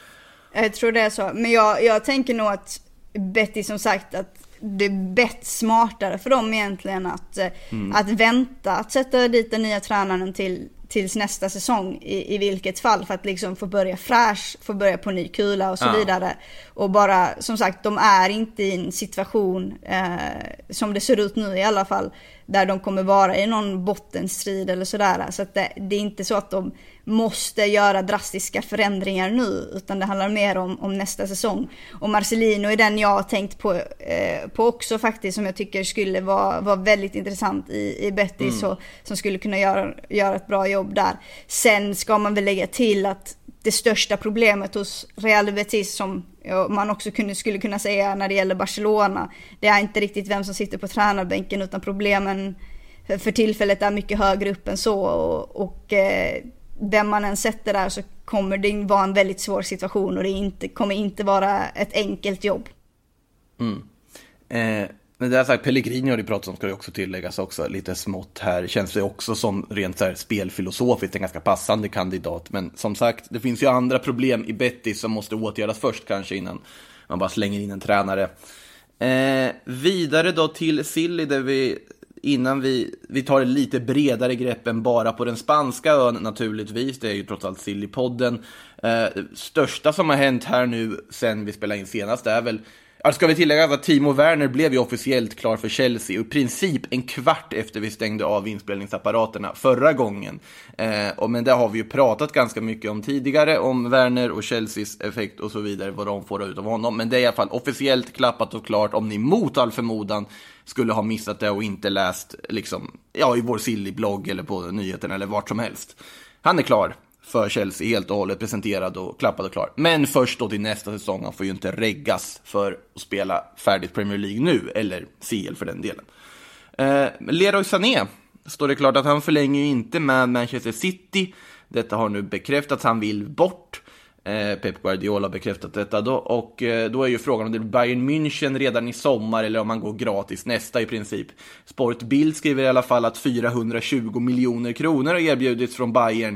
Jag tror det är så. Men jag, jag tänker nog att Betty som sagt att det är bett smartare för dem egentligen att, mm. att vänta, att sätta dit den nya tränaren till tills nästa säsong i, i vilket fall, för att liksom få börja fräsch, få börja på ny kula och så ja. vidare. Och bara, som sagt, de är inte i en situation eh, som det ser ut nu i alla fall, där de kommer vara i någon bottenstrid eller sådär. Så att det, det är inte så att de måste göra drastiska förändringar nu, utan det handlar mer om, om nästa säsong. Och Marcelino är den jag har tänkt på, eh, på också faktiskt, som jag tycker skulle vara, vara väldigt intressant i, i Betis, mm. och som skulle kunna göra, göra ett bra jobb där. Sen ska man väl lägga till att det största problemet hos Real Betis, som man också kunde, skulle kunna säga när det gäller Barcelona, det är inte riktigt vem som sitter på tränarbänken, utan problemen för, för tillfället är mycket högre upp än så, och, och eh, vem man än sätter där så kommer det vara en väldigt svår situation, och det inte, kommer inte vara ett enkelt jobb. Mm. Eh, men det har sagt, Pellegrini har du pratat om, ska det också tilläggas också lite smått här. Känns det också som rent så här spelfilosofiskt en ganska passande kandidat. Men som sagt, det finns ju andra problem i Betis som måste åtgärdas först kanske innan man bara slänger in en tränare. Eh, vidare då till Silly, där vi innan vi, vi tar ett lite bredare grepp än bara på den spanska ön naturligtvis. Det är ju trots allt Silly-podden. Eh, största som har hänt här nu sen vi spelade in senast är väl Ja, ska vi tillägga att Timo Werner blev ju officiellt klar för Chelsea och i princip en kvart efter vi stängde av inspelningsapparaterna förra gången. Eh, och men det har vi ju pratat ganska mycket om tidigare, om Werner och Chelseas effekt och så vidare, vad de får ut av honom. Men det är i alla fall officiellt klappat och klart om ni mot all förmodan skulle ha missat det och inte läst liksom, ja, i vår Silly-blogg eller på nyheterna eller vart som helst. Han är klar för Chelsea, helt och hållet presenterad och klappad och klar. Men först då till nästa säsong. Han får ju inte reggas för att spela färdigt Premier League nu, eller C L för den delen. eh, Leroy Sané, står det klart att han förlänger ju inte med Manchester City. Detta har nu bekräftats, han vill bort. eh, Pep Guardiola har bekräftat detta då. Och eh, då är ju frågan om det blir Bayern München redan i sommar eller om man går gratis nästa i princip. Sport Bild skriver i alla fall att fyrahundratjugo miljoner kronor har erbjudits från Bayern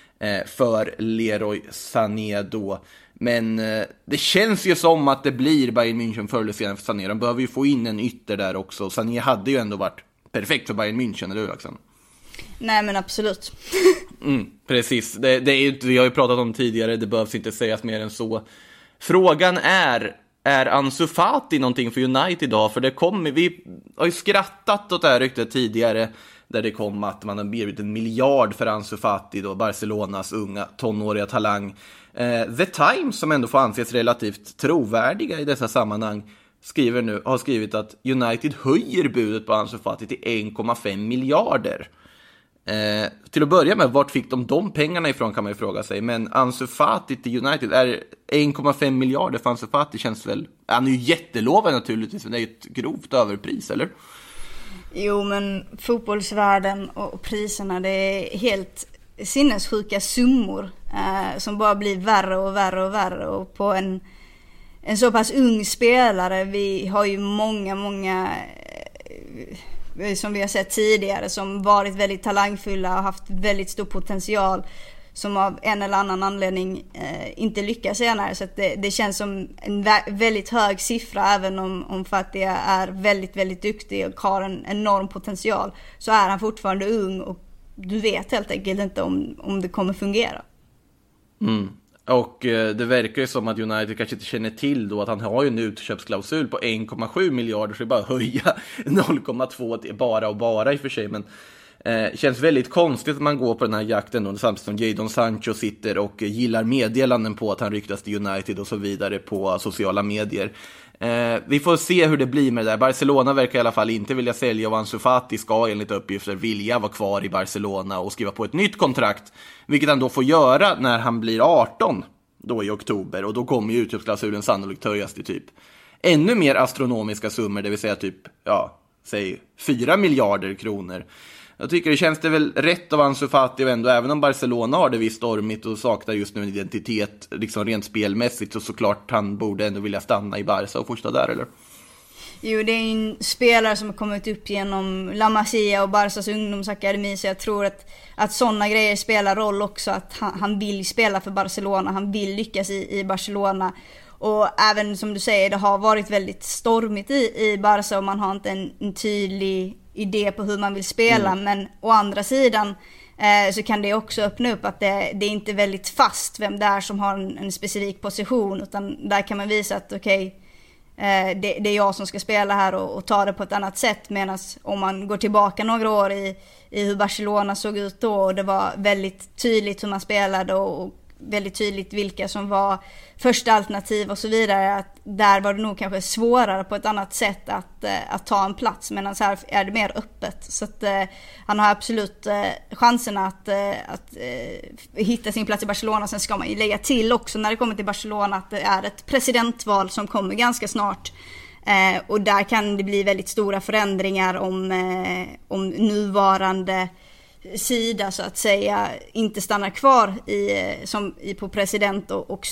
för Leroy Sané då. Men eh, det känns ju som att det blir Bayern München förr eller senare för Sané. De behöver ju få in en ytter där också. Sané hade ju ändå varit perfekt för Bayern München, eller hur Axel? Nej, men absolut. mm, precis, det, det är ju, vi har ju pratat om tidigare, det behövs inte sägas mer än så. Frågan är, är Ansu Fati någonting för United idag? För det kommer, vi har ju skrattat åt det här ryktet tidigare, där det kom att man har erbjudit en miljard för Ansu Fati då, Barcelonas unga tonåriga talang. eh, The Times, som ändå får anses relativt trovärdiga i dessa sammanhang, skriver nu, har skrivit att United höjer budet på Ansu Fati till en komma fem miljarder. Eh, till att börja med, vart fick de de pengarna ifrån kan man ju fråga sig. Men Ansu Fati till United är en komma fem miljarder för Ansu Fati, känns väl, han är ju jättelovad naturligtvis, men det är ju ett grovt överpris, eller? Jo, men fotbollsvärlden och priserna, det är helt sinnessjuka summor eh, som bara blir värre och värre och värre. Och på en, en så pass ung spelare, vi har ju många, många eh, som vi har sett tidigare, som varit väldigt talangfulla och haft väldigt stor potential, som av en eller annan anledning eh, inte lyckas senare. Så att det, det känns som en vä- väldigt hög siffra, även om, om Fati är väldigt, väldigt duktig och har en enorm potential, så är han fortfarande ung och du vet helt enkelt inte om, om det kommer fungera. Mm. Och eh, det verkar ju som att United kanske inte känner till då att han har ju en utköpsklausul på en komma sju miljarder, så det är bara att höja noll komma två till bara och bara i och för sig, men Eh, känns väldigt konstigt att man går på den här jakten då, samtidigt som Jadon Sancho sitter och gillar meddelanden på att han ryktas till United och så vidare på sociala medier. Eh, vi får se hur det blir med det där. Barcelona verkar i alla fall inte vilja sälja, och Ansu Fati ska enligt uppgifter vilja vara kvar i Barcelona och skriva på ett nytt kontrakt, vilket han då får göra när han blir arton då i oktober, och då kommer ju utköpsklausulen sannolikt höjas till typ ännu mer astronomiska summor, det vill säga typ, ja, säg fyra miljarder kronor. Jag tycker det känns det väl rätt av Ansu Fati, och ändå, även om Barcelona har det visst stormigt och saknar just nu en identitet liksom rent spelmässigt, så såklart han borde ändå vilja stanna i Barca och fortsätta där, eller? Jo, det är en spelare som har kommit upp genom La Masia och Barças ungdomsakademi, så jag tror att, att sådana grejer spelar roll också, att han, han vill spela för Barcelona, han vill lyckas i, i Barcelona. Och även som du säger, det har varit väldigt stormigt i, i Barca, och man har inte en, en tydlig idé på hur man vill spela. Mm. Men å andra sidan eh, så kan det också öppna upp att det, det är inte väldigt fast vem det är som har en, en specifik position, utan där kan man visa att okej, okay, eh, det, det är jag som ska spela här och, och ta det på ett annat sätt. Medan om man går tillbaka några år i, i hur Barcelona såg ut då, och det var väldigt tydligt hur man spelade och, och väldigt tydligt vilka som var första alternativ och så vidare, att där var det nog kanske svårare på ett annat sätt att, att ta en plats, medan så här är det mer öppet. Så att eh, han har absolut eh, chanserna att, eh, att eh, hitta sin plats i Barcelona. Sen ska man ju lägga till också när det kommer till Barcelona att det är ett presidentval som kommer ganska snart. Eh, och där kan det bli väldigt stora förändringar om, eh, om nuvarande sida så att säga inte stannar kvar i, som, i, på president- och, och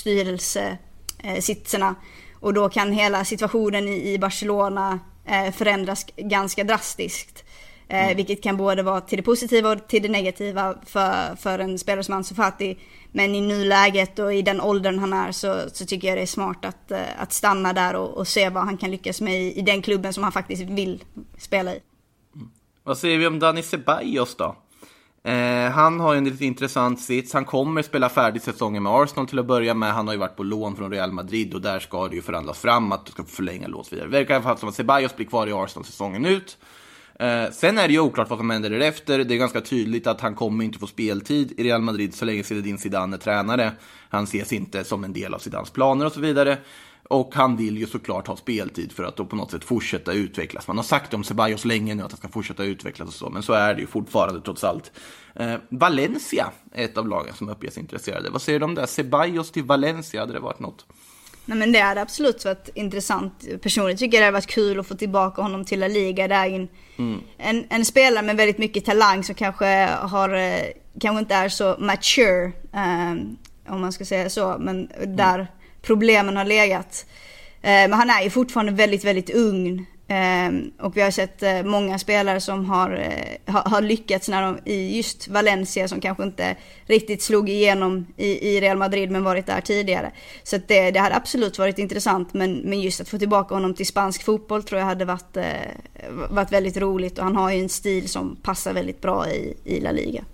styrelsesitserna. Och då kan hela situationen i, i Barcelona eh, förändras ganska drastiskt. Eh, mm. Vilket kan både vara till det positiva och till det negativa för, för en spelare som Ansu Fati. Men i nuläget och i den åldern han är, så, så tycker jag det är smart att, att stanna där och, och se vad han kan lyckas med i, i den klubben som han faktiskt vill spela i. Mm. Vad säger vi om Dani Ceballos då? Eh, han har ju en lite intressant sits. Han kommer spela färdigt säsongen med Arsenal till att börja med. Han har ju varit på lån från Real Madrid och där ska det ju förhandlas fram att du ska förlänga lås vidare. Det verkar i alla fall som att Ceballos blir kvar i Arsenal säsongen ut. Eh, sen är det ju oklart vad som händer därefter. Det är ganska tydligt att han kommer inte få speltid i Real Madrid så länge Zinedine Zidane är tränare. Han ses inte som en del av Zidanes planer och så vidare. Och han vill ju såklart ha speltid för att då på något sätt fortsätta utvecklas. Man har sagt om Ceballos länge nu att han ska fortsätta utvecklas och så, men så är det ju fortfarande trots allt. Eh, Valencia är ett av lagen som uppges intresserade. Vad säger du om det? Ceballos till Valencia, hade det varit något? Nej, men det hade absolut varit intressant. Personligen tycker jag det hade varit kul att få tillbaka honom till La Liga. Det är en, mm. en, en spelare med väldigt mycket talang som kanske, har, kanske inte är så mature, eh, om man ska säga så, men där mm. problemen har legat. Eh, men han är ju fortfarande väldigt, väldigt ung. Eh, och vi har sett eh, många spelare som har, eh, har, har lyckats när de, i just Valencia, som kanske inte riktigt slog igenom i, i Real Madrid men varit där tidigare. Så att det, det hade absolut varit intressant, men, men just att få tillbaka honom till spansk fotboll tror jag hade varit, eh, varit väldigt roligt. Och han har ju en stil som passar väldigt bra i, i La Liga.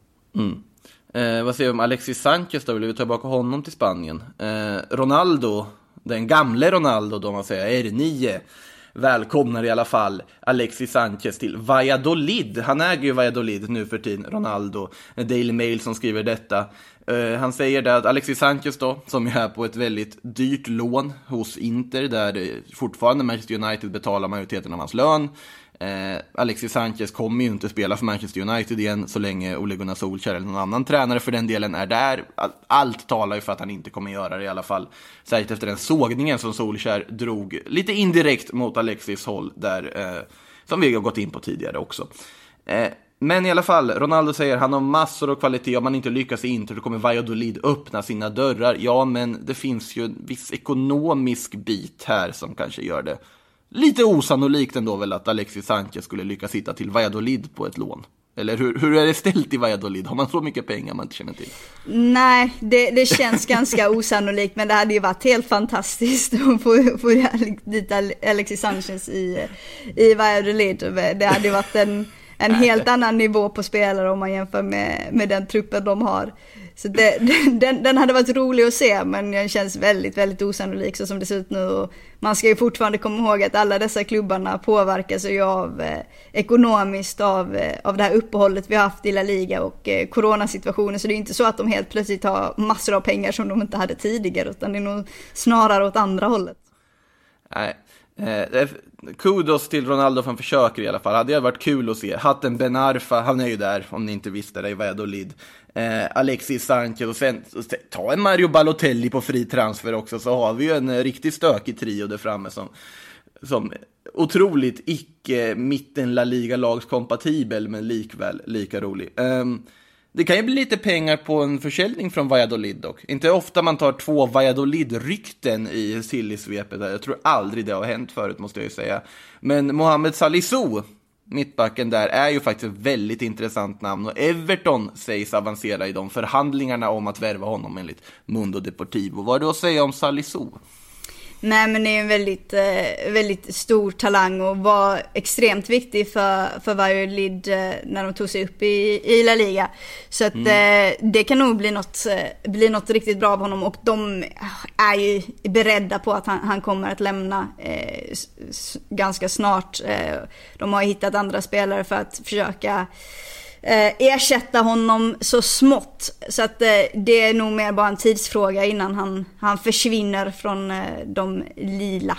Mm. Eh, vad säger du om Alexis Sanchez då? Vill vi ta tillbaka honom till Spanien? Eh, Ronaldo, den gamle Ronaldo då man säger, R nio, välkomnar i alla fall Alexis Sanchez till Valladolid. Han äger ju Valladolid nu för tiden, Ronaldo. Daily Mail som skriver detta. Uh, han säger där att Alexis Sanchez då, som är på ett väldigt dyrt lån hos Inter, där fortfarande Manchester United betalar majoriteten av hans lön. Uh, Alexis Sanchez kommer ju inte spela för Manchester United igen så länge Ole Gunnar Solskjaer eller någon annan tränare för den delen är där. Allt talar ju för att han inte kommer göra det i alla fall. Särskilt efter den sågningen som Solskjaer drog lite indirekt mot Alexis håll där, uh, som vi har gått in på tidigare också. Uh, Men i alla fall, Ronaldo säger han har massor av kvalitet. Om man inte lyckas i Inter, då kommer Valladolid öppna sina dörrar. Ja, men det finns ju en viss ekonomisk bit här som kanske gör det lite osannolikt ändå väl att Alexis Sanchez skulle lyckas hitta till Valladolid på ett lån. Eller hur, hur är det ställt i Valladolid? Har man så mycket pengar man inte känner till? Nej, det, det känns ganska osannolikt, men det hade ju varit helt fantastiskt att få, få dit Alexis Sanchez i, i Valladolid. Det hade ju varit en En helt annan nivå på spelare om man jämför med, med den truppen de har. Så det, den, den hade varit rolig att se, men den känns väldigt, väldigt osannolik så som det ser ut nu. Och man ska ju fortfarande komma ihåg att alla dessa klubbarna påverkas ju av eh, ekonomiskt av, eh, av det här uppehållet vi har haft i La Liga och eh, coronasituationen. Så det är inte så att de helt plötsligt har massor av pengar som de inte hade tidigare, utan det är nog snarare åt andra hållet. Nej. Eh, kudos till Ronaldo för han försöker i alla fall. Hade det varit kul att se Hatem Ben Arfa, han är ju där om ni inte visste det, i Valladolid. eh, Alexis Sanchez och sen ta en Mario Balotelli på fri transfer också, så har vi ju en riktigt stökig trio där framme som, som otroligt icke mitten La Liga-lags kompatibel, men likväl lika rolig. eh, Det kan ju bli lite pengar på en försäljning från Valladolid dock. Inte ofta man tar två Valladolid-rykten i silly-svepet. Jag tror aldrig det har hänt förut, måste jag ju säga. Men Mohamed Salisu, mittbacken där, är ju faktiskt ett väldigt intressant namn. Och Everton sägs avancera i de förhandlingarna om att värva honom enligt Mundo Deportivo. Vad är det att säga om Salisu? Nej, men det är en väldigt, väldigt stor talang och var extremt viktig för, för Valladolid när de tog sig upp i, i La Liga. Så att mm. det kan nog bli något, bli något riktigt bra av honom, och de är ju beredda på att han, han kommer att lämna eh, ganska snart. Eh, de har hittat andra spelare för att försöka Eh, ersätta honom så smått, så att eh, det är nog mer bara en tidsfråga innan han, han försvinner från eh, de lila.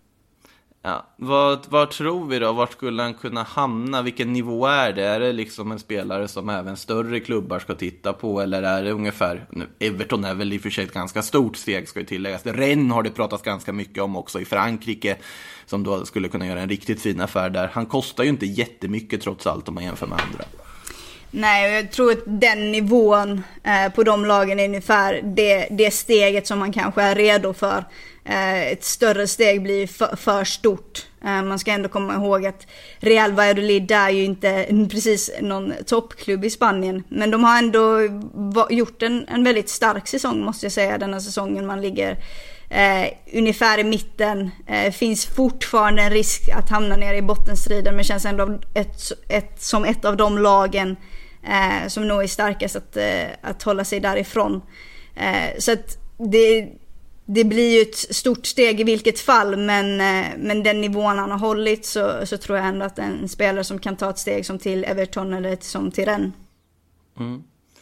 Ja, vad, vad tror vi då? Vart skulle han kunna hamna? Vilken nivå är det? Är det liksom en spelare som även större klubbar ska titta på, eller är det ungefär, nu, Everton är väl i och för sig ett ganska stort steg, ska ju tilläggas. Rennes har det pratats ganska mycket om också i Frankrike, som då skulle kunna göra en riktigt fin affär där. Han kostar ju inte jättemycket trots allt om man jämför med andra. Nej, jag tror att den nivån eh, på de lagen är ungefär det, det steget som man kanske är redo för. Eh, ett större steg blir för, för stort. Eh, man ska ändå komma ihåg att Real Valladolid är ju inte precis någon toppklubb i Spanien. Men de har ändå va- gjort en, en väldigt stark säsong, måste jag säga, denna säsongen. Man ligger eh, ungefär i mitten. Eh, finns fortfarande en risk att hamna ner i bottenstriden, men känns ändå ett, ett, som ett av de lagen eh, som nog är starkast att, eh, att hålla sig därifrån. Eh, så att det, det blir ju ett stort steg i vilket fall, men, eh, men den nivån han har hållit så, så tror jag ändå att en spelare som kan ta ett steg som till Everton eller som till Rennes. Mm.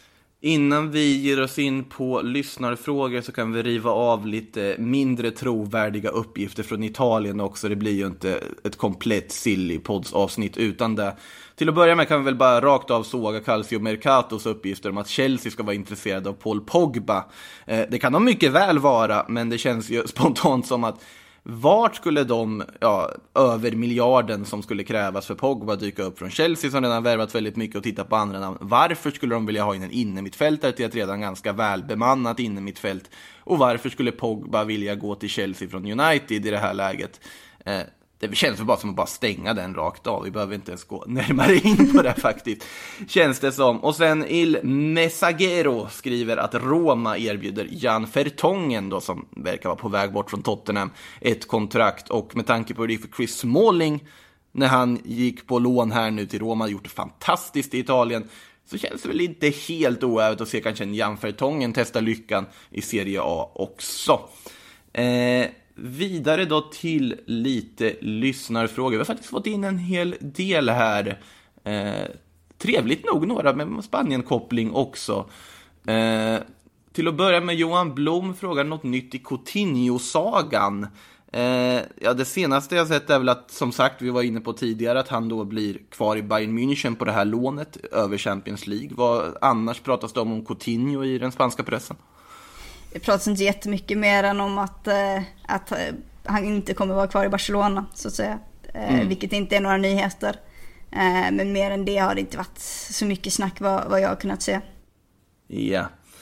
Innan vi ger oss in på lyssnarfrågor så kan vi riva av lite mindre trovärdiga uppgifter från Italien också. Det blir ju inte ett komplett silly pods avsnitt utan det. Till att börja med kan vi väl bara rakt av såga Calcio Mercatos uppgifter om att Chelsea ska vara intresserad av Paul Pogba. Eh, det kan de mycket väl vara, men det känns ju spontant som att vart skulle de, ja, över miljarden som skulle krävas för Pogba dyka upp från Chelsea som redan värvat väldigt mycket och titta på andra namn? Varför skulle de vilja ha in en innermittfältare till ett redan ganska välbemannat innermittfält? Och varför skulle Pogba vilja gå till Chelsea från United i det här läget? Eh, det känns bara som att bara stänga den rakt av. Vi behöver inte ens gå närmare in på det faktiskt, känns det som. Och sen Il Messaggero skriver att Roma erbjuder Jan Vertonghen då, som verkar vara på väg bort från Tottenham, ett kontrakt. Och med tanke på hur det gick för Chris Smalling när han gick på lån här nu till Roma, gjort det fantastiskt i Italien, så känns det väl inte helt oävet att se kanske en Jan Vertonghen testa lyckan i Serie A också. Eh... Vidare då till lite lyssnarfrågor. Vi har faktiskt fått in en hel del här. Eh, trevligt nog några med Spanien-koppling också. Eh, till att börja med Johan Blom frågar något nytt i Coutinho-sagan. Eh, ja, det senaste jag sett är väl att, som sagt, vi var inne på tidigare, att han då blir kvar i Bayern München på det här lånet över Champions League. Vad annars pratas det om om Coutinho i den spanska pressen? Det pratas inte jättemycket mer än om att, eh, att eh, han inte kommer vara kvar i Barcelona, så att säga. Eh, mm. Vilket inte är några nyheter. Eh, men mer än det har det inte varit så mycket snack vad, vad jag har kunnat se. Ja.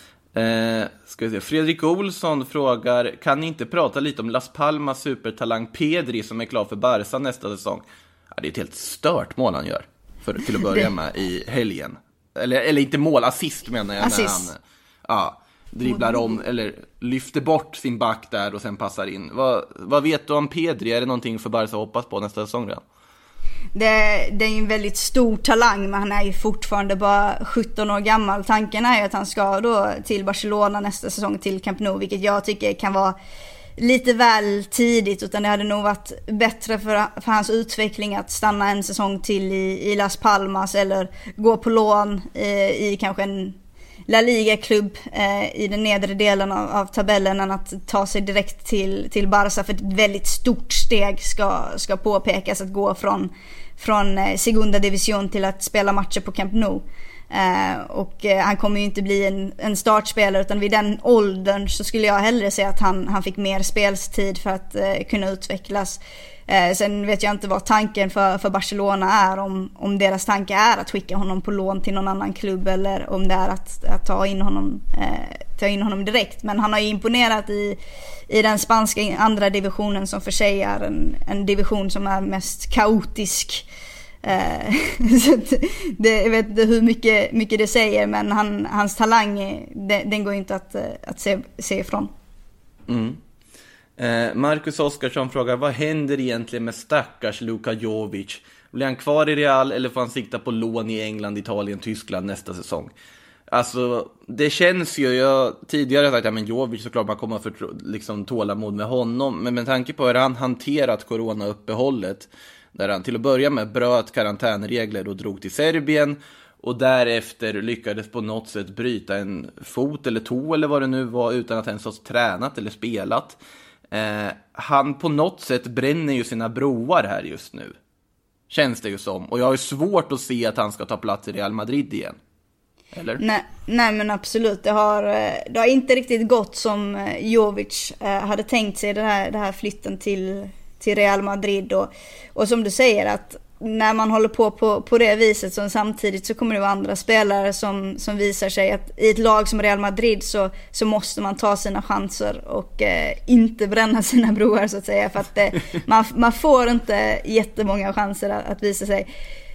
Eh, ska vi se. Fredrik Olsson frågar, kan ni inte prata lite om Las Palmas supertalang Pedri som är klar för Barca nästa säsong? Ja, det är ett helt stört mål han gör, för, till att börja med i helgen. Eller, eller inte mål, assist menar jag. Assist. När han, ja, dribblar om eller lyfter bort sin back där och sen passar in. Vad, vad vet du om Pedri? Är det någonting för Barca att hoppas på nästa säsong redan? Det, det är ju en väldigt stor talang, men han är ju fortfarande bara sjutton år gammal. Tanken är ju att han ska då till Barcelona nästa säsong, till Camp Nou, vilket jag tycker kan vara lite väl tidigt, utan det hade nog varit bättre för, för hans utveckling att stanna en säsong till i, i Las Palmas eller gå på lån i, i kanske en La Liga-klubb eh, i den nedre delen av, av tabellen än att ta sig direkt till, till Barca, för ett väldigt stort steg ska, ska påpekas att gå från, från eh, Segunda Division till att spela matcher på Camp Nou. Eh, och eh, han kommer ju inte bli en, en startspelare, utan vid den åldern så skulle jag hellre säga att han, han fick mer spelstid för att eh, kunna utvecklas. Eh, sen vet jag inte vad tanken för, för Barcelona är, om, om deras tanke är att skicka honom på lån till någon annan klubb eller om det är att, att ta, in honom, eh, ta in honom direkt. Men han har ju imponerat i, i den spanska andra divisionen, som för sig är en, en division som är mest kaotisk. Eh, så det, jag vet inte hur mycket, mycket det säger, men han, hans talang, den, den går inte att, att se, se ifrån. Mm. Eh, Marcus Oskarsson frågar, vad händer egentligen med stackars Luka Jovic? Blir han kvar i Real eller får han sikta på lån i England, Italien, Tyskland nästa säsong? Alltså, det känns ju, jag tidigare sagt, ja men Jovic såklart man kommer att för liksom, tålamod med honom, men med tanke på hur han hanterat corona-uppehållet, där han till att börja med bröt karantänregler och drog till Serbien och därefter lyckades på något sätt bryta en fot eller tå eller vad det nu var utan att ens ha tränat eller spelat. Eh, han på något sätt bränner ju sina broar här just nu, känns det ju som. Och jag har ju svårt att se att han ska ta plats i Real Madrid igen. Eller? Nej, nej men absolut, det har, det har inte riktigt gått som Jovic hade tänkt sig, det här, det här flytten till, till Real Madrid. Och, och som du säger, att när man håller på på, på det viset, så samtidigt så kommer det vara andra spelare som, som visar sig att i ett lag som Real Madrid så, så måste man ta sina chanser och eh, inte bränna sina broar, så att säga, för att eh, man, man får inte jättemånga chanser att, att visa sig.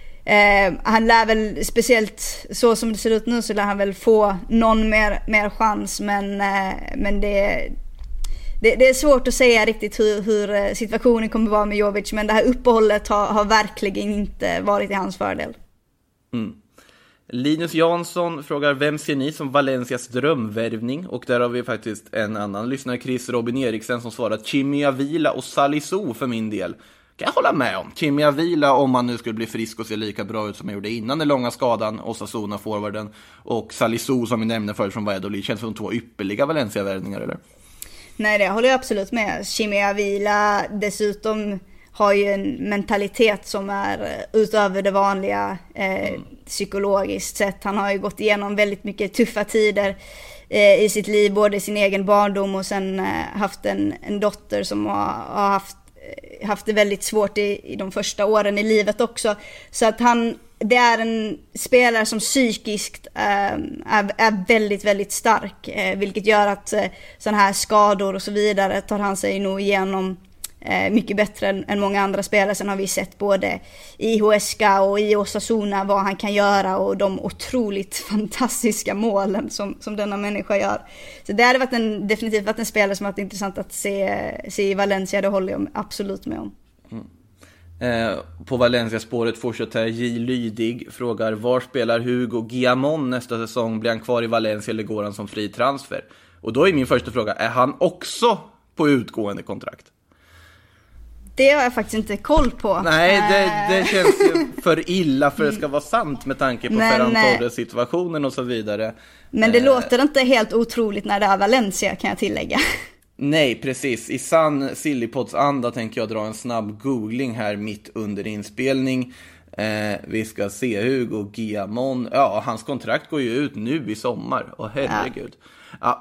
Eh, han lär väl, speciellt så som det ser ut nu, så lär han väl få någon mer, mer chans, men, eh, men det Det, det är svårt att säga riktigt hur, hur situationen kommer vara med Jovic, men det här uppehållet har, har verkligen inte varit i hans fördel. Mm. Linus Jansson frågar, vem ser ni som Valencias drömvärvning? Och där har vi faktiskt en annan lyssnare, Chris Robin Eriksen, som svarar Chimi Avila och Salisu för min del. Kan jag hålla med om. Chimi Avila, om han nu skulle bli frisk och se lika bra ut som jag gjorde innan den långa skadan, Osasuna-forwarden, och Salisu som vi nämnde förut från Valladolid, känns som två ypperliga Valencia-värvningar, eller? Nej, det håller jag absolut med. Chimi Avila dessutom har ju en mentalitet som är utöver det vanliga eh, mm. psykologiskt sett. Han har ju gått igenom väldigt mycket tuffa tider eh, i sitt liv, både sin egen barndom och sen eh, haft en, en dotter som har, har haft, haft det väldigt svårt i, i de första åren i livet också. Så att han, det är en spelare som psykiskt eh, är, är väldigt, väldigt stark, eh, vilket gör att eh, sådana här skador och så vidare tar han sig nog igenom mycket bättre än, än många andra spelare. Sen har vi sett både i Huesca och i Osasuna vad han kan göra och de otroligt fantastiska målen som, som denna människa gör. Så det hade varit en, definitivt varit en spelare som varit intressant att se, se i Valencia, det håller jag absolut med om. Mm. Eh, på Valencia-spåret fortsätter J. Lydig, frågar, var spelar Hugo Guillamon nästa säsong? Blir han kvar i Valencia eller går han som fri transfer? Och då är min första fråga, är han också på utgående kontrakt? Det har jag faktiskt inte koll på. Nej, det, det känns ju för illa för det ska vara sant med tanke på Ferran Torres-situationen och så vidare. Men det eh. låter inte helt otroligt när det är Valencia, kan jag tillägga. Nej, precis. I sann Sillypods-anda tänker jag dra en snabb googling här mitt under inspelning. Eh, vi ska se Hugo Guillamon. Ja, hans kontrakt går ju ut nu i sommar. Åh, herregud. Ja.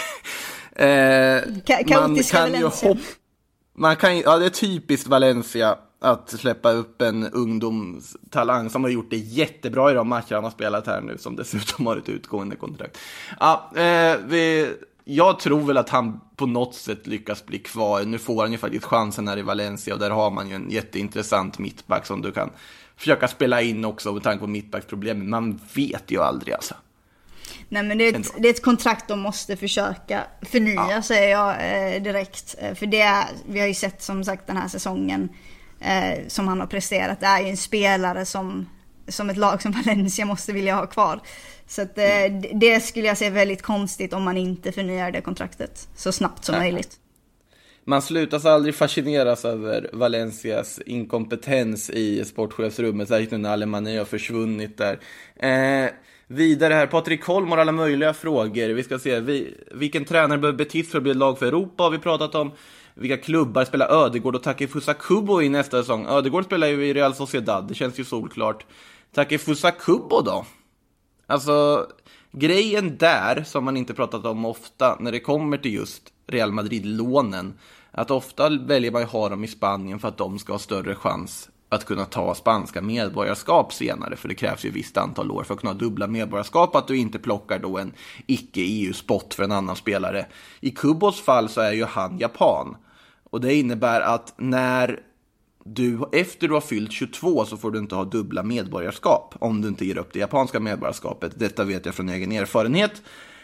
Ja. eh, Ka- man kan ju hoppa. Man kan, ja, det är typiskt Valencia att släppa upp en ungdomstalang som har gjort det jättebra i de matcher han har spelat här nu, som dessutom har ett utgående kontrakt. Ja, eh, vi, jag tror väl att han på något sätt lyckas bli kvar. Nu får han ju faktiskt chansen här i Valencia och där har man ju en jätteintressant mittback som du kan försöka spela in också med tanke på mittbacksproblemen. Man vet ju aldrig alltså. Nej, men det är, ett, det är ett kontrakt de måste försöka förnya, ja. Säger jag eh, direkt. För det är, vi har ju sett som sagt den här säsongen eh, som han har presterat. Det är ju en spelare som, som ett lag som Valencia måste vilja ha kvar. Så att, eh, mm. det skulle jag säga väldigt konstigt om man inte förnyar det kontraktet så snabbt som Nej. möjligt. Man slutas aldrig fascineras över Valencias inkompetens i sportchefsrummet, särskilt när Alemania har försvunnit där. Eh, Vidare här, Patrik Holm har alla möjliga frågor. Vi ska se, vi, vilken tränare behöver Betis för att bli ett lag för Europa har vi pratat om. Vilka klubbar spelar Ödegård och Takefusa Kubo i nästa säsong? Ödegård spelar ju i Real Sociedad, det känns ju solklart. Takefusa Kubo då? Alltså, grejen där som man inte pratat om ofta när det kommer till just Real Madrid-lånen, att ofta väljer man ju ha dem i Spanien för att de ska ha större chans att kunna ta spanska medborgarskap senare, för det krävs ju ett visst antal år för att kunna ha dubbla medborgarskap, att du inte plockar då en icke-E U-spot för en annan spelare. I Kubos fall så är ju han japan, och det innebär att när du, efter du har fyllt tjugotvå så får du inte ha dubbla medborgarskap om du inte ger upp det japanska medborgarskapet. Detta vet jag från egen erfarenhet.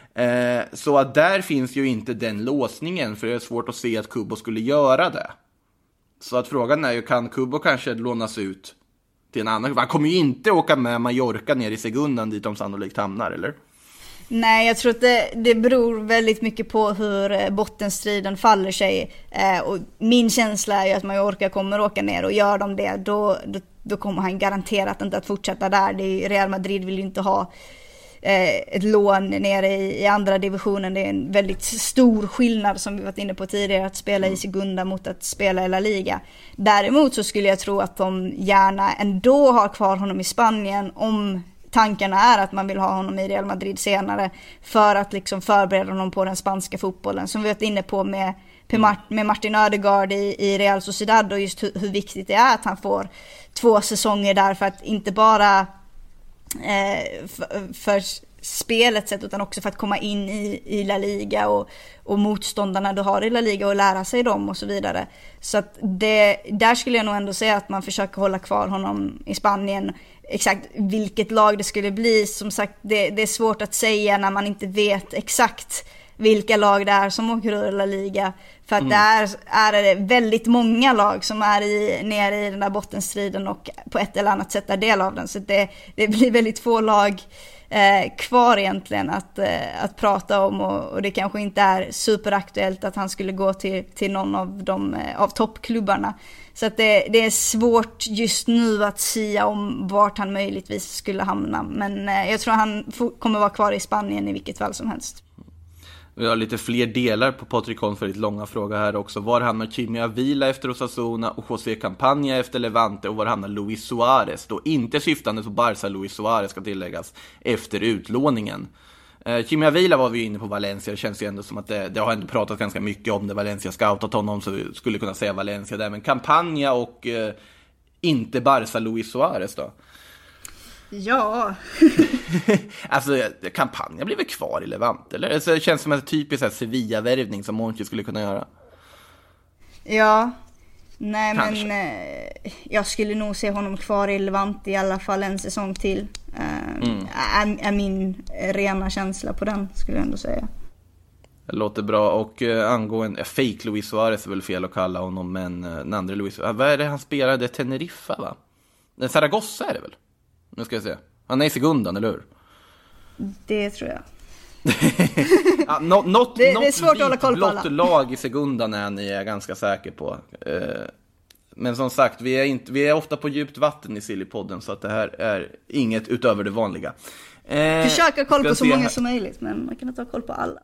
Eh, så att där finns ju inte den låsningen, för det är svårt att se att Kubo skulle göra det. Så att frågan är ju, kan Kubo kanske lånas ut till en annan? Han kommer ju inte åka med Mallorca ner i Segundan dit de sannolikt hamnar, eller? Nej, jag tror att det, det beror väldigt mycket på hur bottenstriden faller sig. Eh, och min känsla är ju att Mallorca kommer åka ner, och gör de det, då, då, då kommer han garanterat inte att fortsätta där. Det är, Real Madrid vill ju inte ha ett lån nere i, i andra divisionen. Det är en väldigt stor skillnad, som vi varit inne på tidigare, att spela i Segunda mot att spela i La Liga. Däremot så skulle jag tro att de gärna ändå har kvar honom i Spanien, om tankarna är att man vill ha honom i Real Madrid senare, för att liksom förbereda honom på den spanska fotbollen, som vi varit inne på med, med Martin Ödegaard i, i Real Sociedad, och just hur, hur viktigt det är att han får två säsonger där, för att inte bara Eh, för, för spelet sett, utan också för att komma in i, i La Liga och, och motståndarna du har i La Liga och lära sig dem och så vidare. Så att det, där skulle jag nog ändå säga att man försöker hålla kvar honom i Spanien. Exakt vilket lag det skulle bli, som sagt, det, det är svårt att säga när man inte vet exakt vilka lag det är som åker ur La Liga. För att mm. det är, är det väldigt många lag som är i, nere i den där bottenstriden och på ett eller annat sätt är del av den. Så det, det blir väldigt få lag eh, kvar egentligen att, eh, att prata om. Och, och det kanske inte är superaktuellt att han skulle gå till, till någon av, de, av toppklubbarna. Så att det, det är svårt just nu att säga om vart han möjligtvis skulle hamna. Men eh, jag tror han f- kommer vara kvar i Spanien i vilket fall som helst. Vi har lite fler delar på Patrik Holms väldigt långa fråga här också. Var hamnar Chimi Avila efter Osasuna och José Campaña efter Levante? Och var hamnar Luis Suarez? Då inte syftande på Barca, Luis Suarez ska tilläggas, efter utlåningen. Eh, Chimi Avila var vi inne på Valencia. Det känns ju ändå som att det, det har ändå pratat ganska mycket om det. Valencia scoutat honom, så vi skulle kunna säga Valencia där. Men Campaña och eh, inte Barca, Luis Suarez då? Ja. Alltså, Campaña blir väl kvar i Levante, eller? Alltså, det känns som en typisk Sevilla-värvning som Monchi skulle kunna göra. Ja. Nej, Kanske. men eh, jag skulle nog se honom kvar i Levante i alla fall en säsong till. Eh, Mm. är, är min rena känsla på den, skulle jag ändå säga. Det låter bra. Och eh, angående, eh, fake Luis Suarez är väl fel att kalla honom, men eh, den andra Luis, eh, vad är det han spelade? Teneriffa, va? Zaragoza är det väl? Nu ska jag se. Han är i Segundan, eller hur? Det tror jag. ja, no, not, det, not det är svårt att hålla koll på alla. blott lag i Segundan är ni är ganska säker på. Eh, men som sagt, vi är, inte, vi är ofta på djupt vatten i Sillypodden, så att det här är inget utöver det vanliga. Eh, Försök ha koll på så många här. som möjligt, men man kan inte ha koll på alla.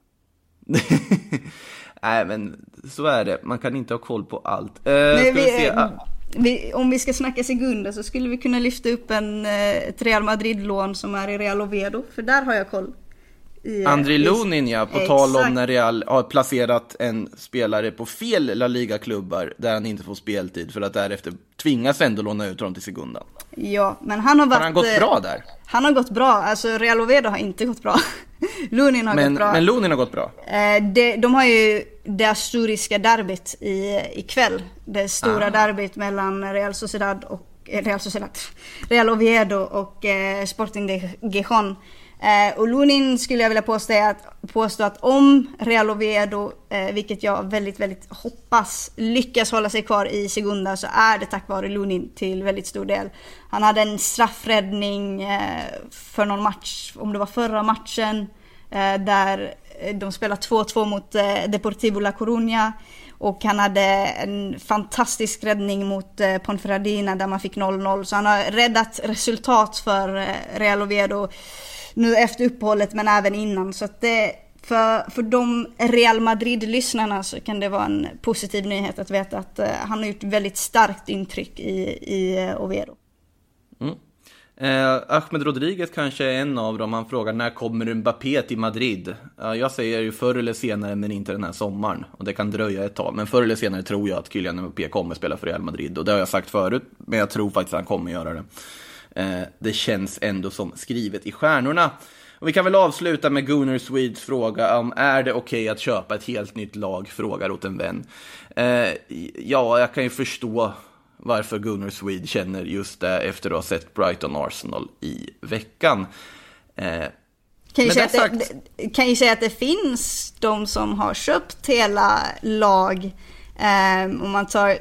Nej, men så är det. Man kan inte ha koll på allt. Eh, Nej, ska vi, vi se. Ah. vi, om vi ska snacka Segunda så skulle vi kunna lyfta upp en, ett Real Madrid-lån som är i Real Oviedo. För där har jag koll. I, André i, Lunin, ja, på exakt. tal om när Real har placerat en spelare på fel La Liga-klubbar där han inte får speltid, för att därefter tvingas ändå låna ut honom till Segunda. Ja, men han har varit... Har han gått bra där? Han har gått bra, alltså Real Oviedo har inte gått bra. Lunin har men, gått bra. Men Lunin har gått bra. Eh, de, de har ju det asturiska derbyt i, ikväll. Det stora ah. derbyt mellan Real Sociedad och eh, Real Sociedad, Real Oviedo och eh, Sporting de Gijón. Eh, och Lunin skulle jag vilja påstå att, påstå att om Real Oviedo, eh, vilket jag väldigt, väldigt hoppas, lyckas hålla sig kvar i Segunda, så är det tack vare Lunin till väldigt stor del. Han hade en straffräddning eh, för någon match, om det var förra matchen, eh, där de spelade två två mot eh, Deportivo La Coruña. Och han hade en fantastisk räddning mot eh, Ponferradina där man fick noll noll. Så han har räddat resultat för eh, Real Oviedo nu efter uppehållet, men även innan. Så att det, för, för de Real Madrid-lyssnarna så kan det vara en positiv nyhet att veta att eh, han har gjort väldigt starkt intryck i, i eh, Oviedo. Mm. Eh, Ahmed Rodriguez kanske är en av dem. Han frågar, när kommer Mbappé till Madrid? Ja, jag säger ju förr eller senare, men inte den här sommaren. Och det kan dröja ett tag. Men förr eller senare tror jag att Kylian Mbappé kommer spela för Real Madrid. Och det har jag sagt förut, men jag tror faktiskt att han kommer göra det. Eh, det känns ändå som skrivet i stjärnorna. Och vi kan väl avsluta med Gunnar Swedes fråga om är det okej okay att köpa ett helt nytt lag, frågar åt en vän. Eh, ja, jag kan ju förstå varför Gunnar Swede känner just det efter att ha sett Brighton Arsenal i veckan. Eh, kan, ju säga sagt... att det, kan ju säga att det finns de som har köpt hela lag. Eh, om man tar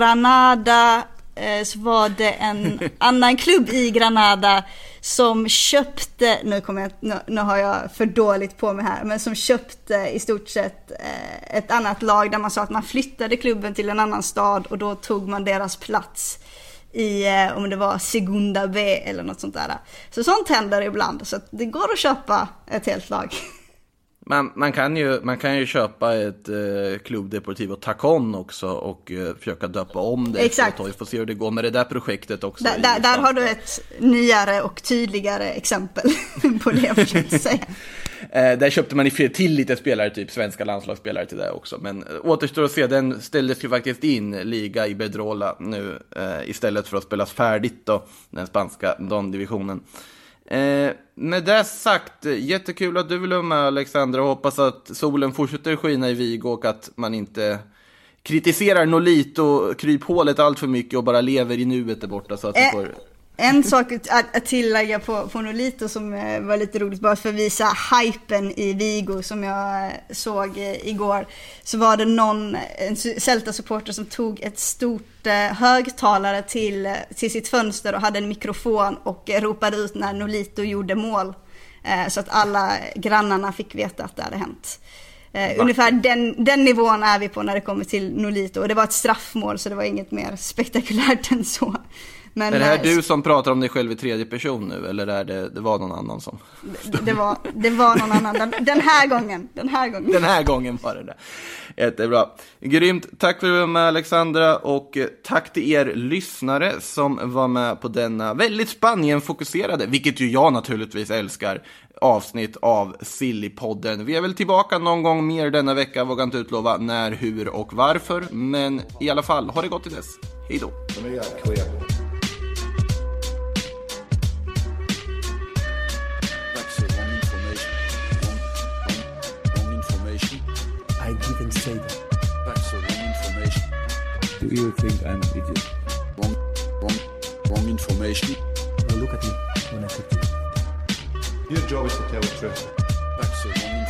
Granada, eh, så var det en annan klubb i Granada som köpte, nu, kommer jag, nu, nu har jag för dåligt på mig här, men som köpte i stort sett eh, ett annat lag där man sa att man flyttade klubben till en annan stad och då tog man deras plats i, eh, om det var Segunda B eller något sånt där. Så sånt händer ibland, så att det går att köpa ett helt lag. Man, man, kan ju, man kan ju köpa ett eh, Club Deportivo Tacón också och eh, försöka döpa om det. Exakt. Vi får se hur det går med det där projektet också. Där, där, där har du ett nyare och tydligare exempel på det jag försökte säga. Eh, där köpte man i fler till lite spelare, typ svenska landslagsspelare till det också. Men eh, återstår att se, den ställdes ju faktiskt in, Liga Iberdrola nu, eh, istället för att spelas färdigt då, den spanska damdivisionen. Eh, med det sagt, jättekul att du vill vara med, Alexandra, och hoppas att solen fortsätter skina i Vigo och att man inte kritiserar Nolito och kryphålet allt för mycket och bara lever i nuet där borta, så att eh, du får... En sak att, att tillägga på, på Nolito som var lite roligt, bara för att visa hypen i Vigo som jag såg igår, så var det någon, en Celta-supporter som tog ett stort högtalare till, till sitt fönster och hade en mikrofon och ropade ut när Nolito gjorde mål, så att alla grannarna fick veta att det hade hänt. Uh, ungefär den, den nivån är vi på när det kommer till Nolito. Och det var ett straffmål, så det var inget mer spektakulärt än så. Men, är det här uh, du som pratar om dig själv i tredje person nu? Eller är det, det var någon annan som... Det, det, var, det var någon annan den, den här gången Den här gången Den här gången var det det. Jättebra. Grymt. Tack för att du var med, Alexandra. Och tack till er lyssnare som var med på denna väldigt Spanien-fokuserade, vilket ju jag naturligtvis älskar, avsnitt av Sillypodden. Vi är väl tillbaka någon gång mer denna vecka. Vågar inte utlova när, hur och varför. Men i alla fall, ha det gott till dess. Hej då. I didn't say that. That's the wrong information. Do you think I'm an idiot? Wrong, wrong, wrong information. Now look at me when I talk to you. Your job is to tell the truth. That's the wrong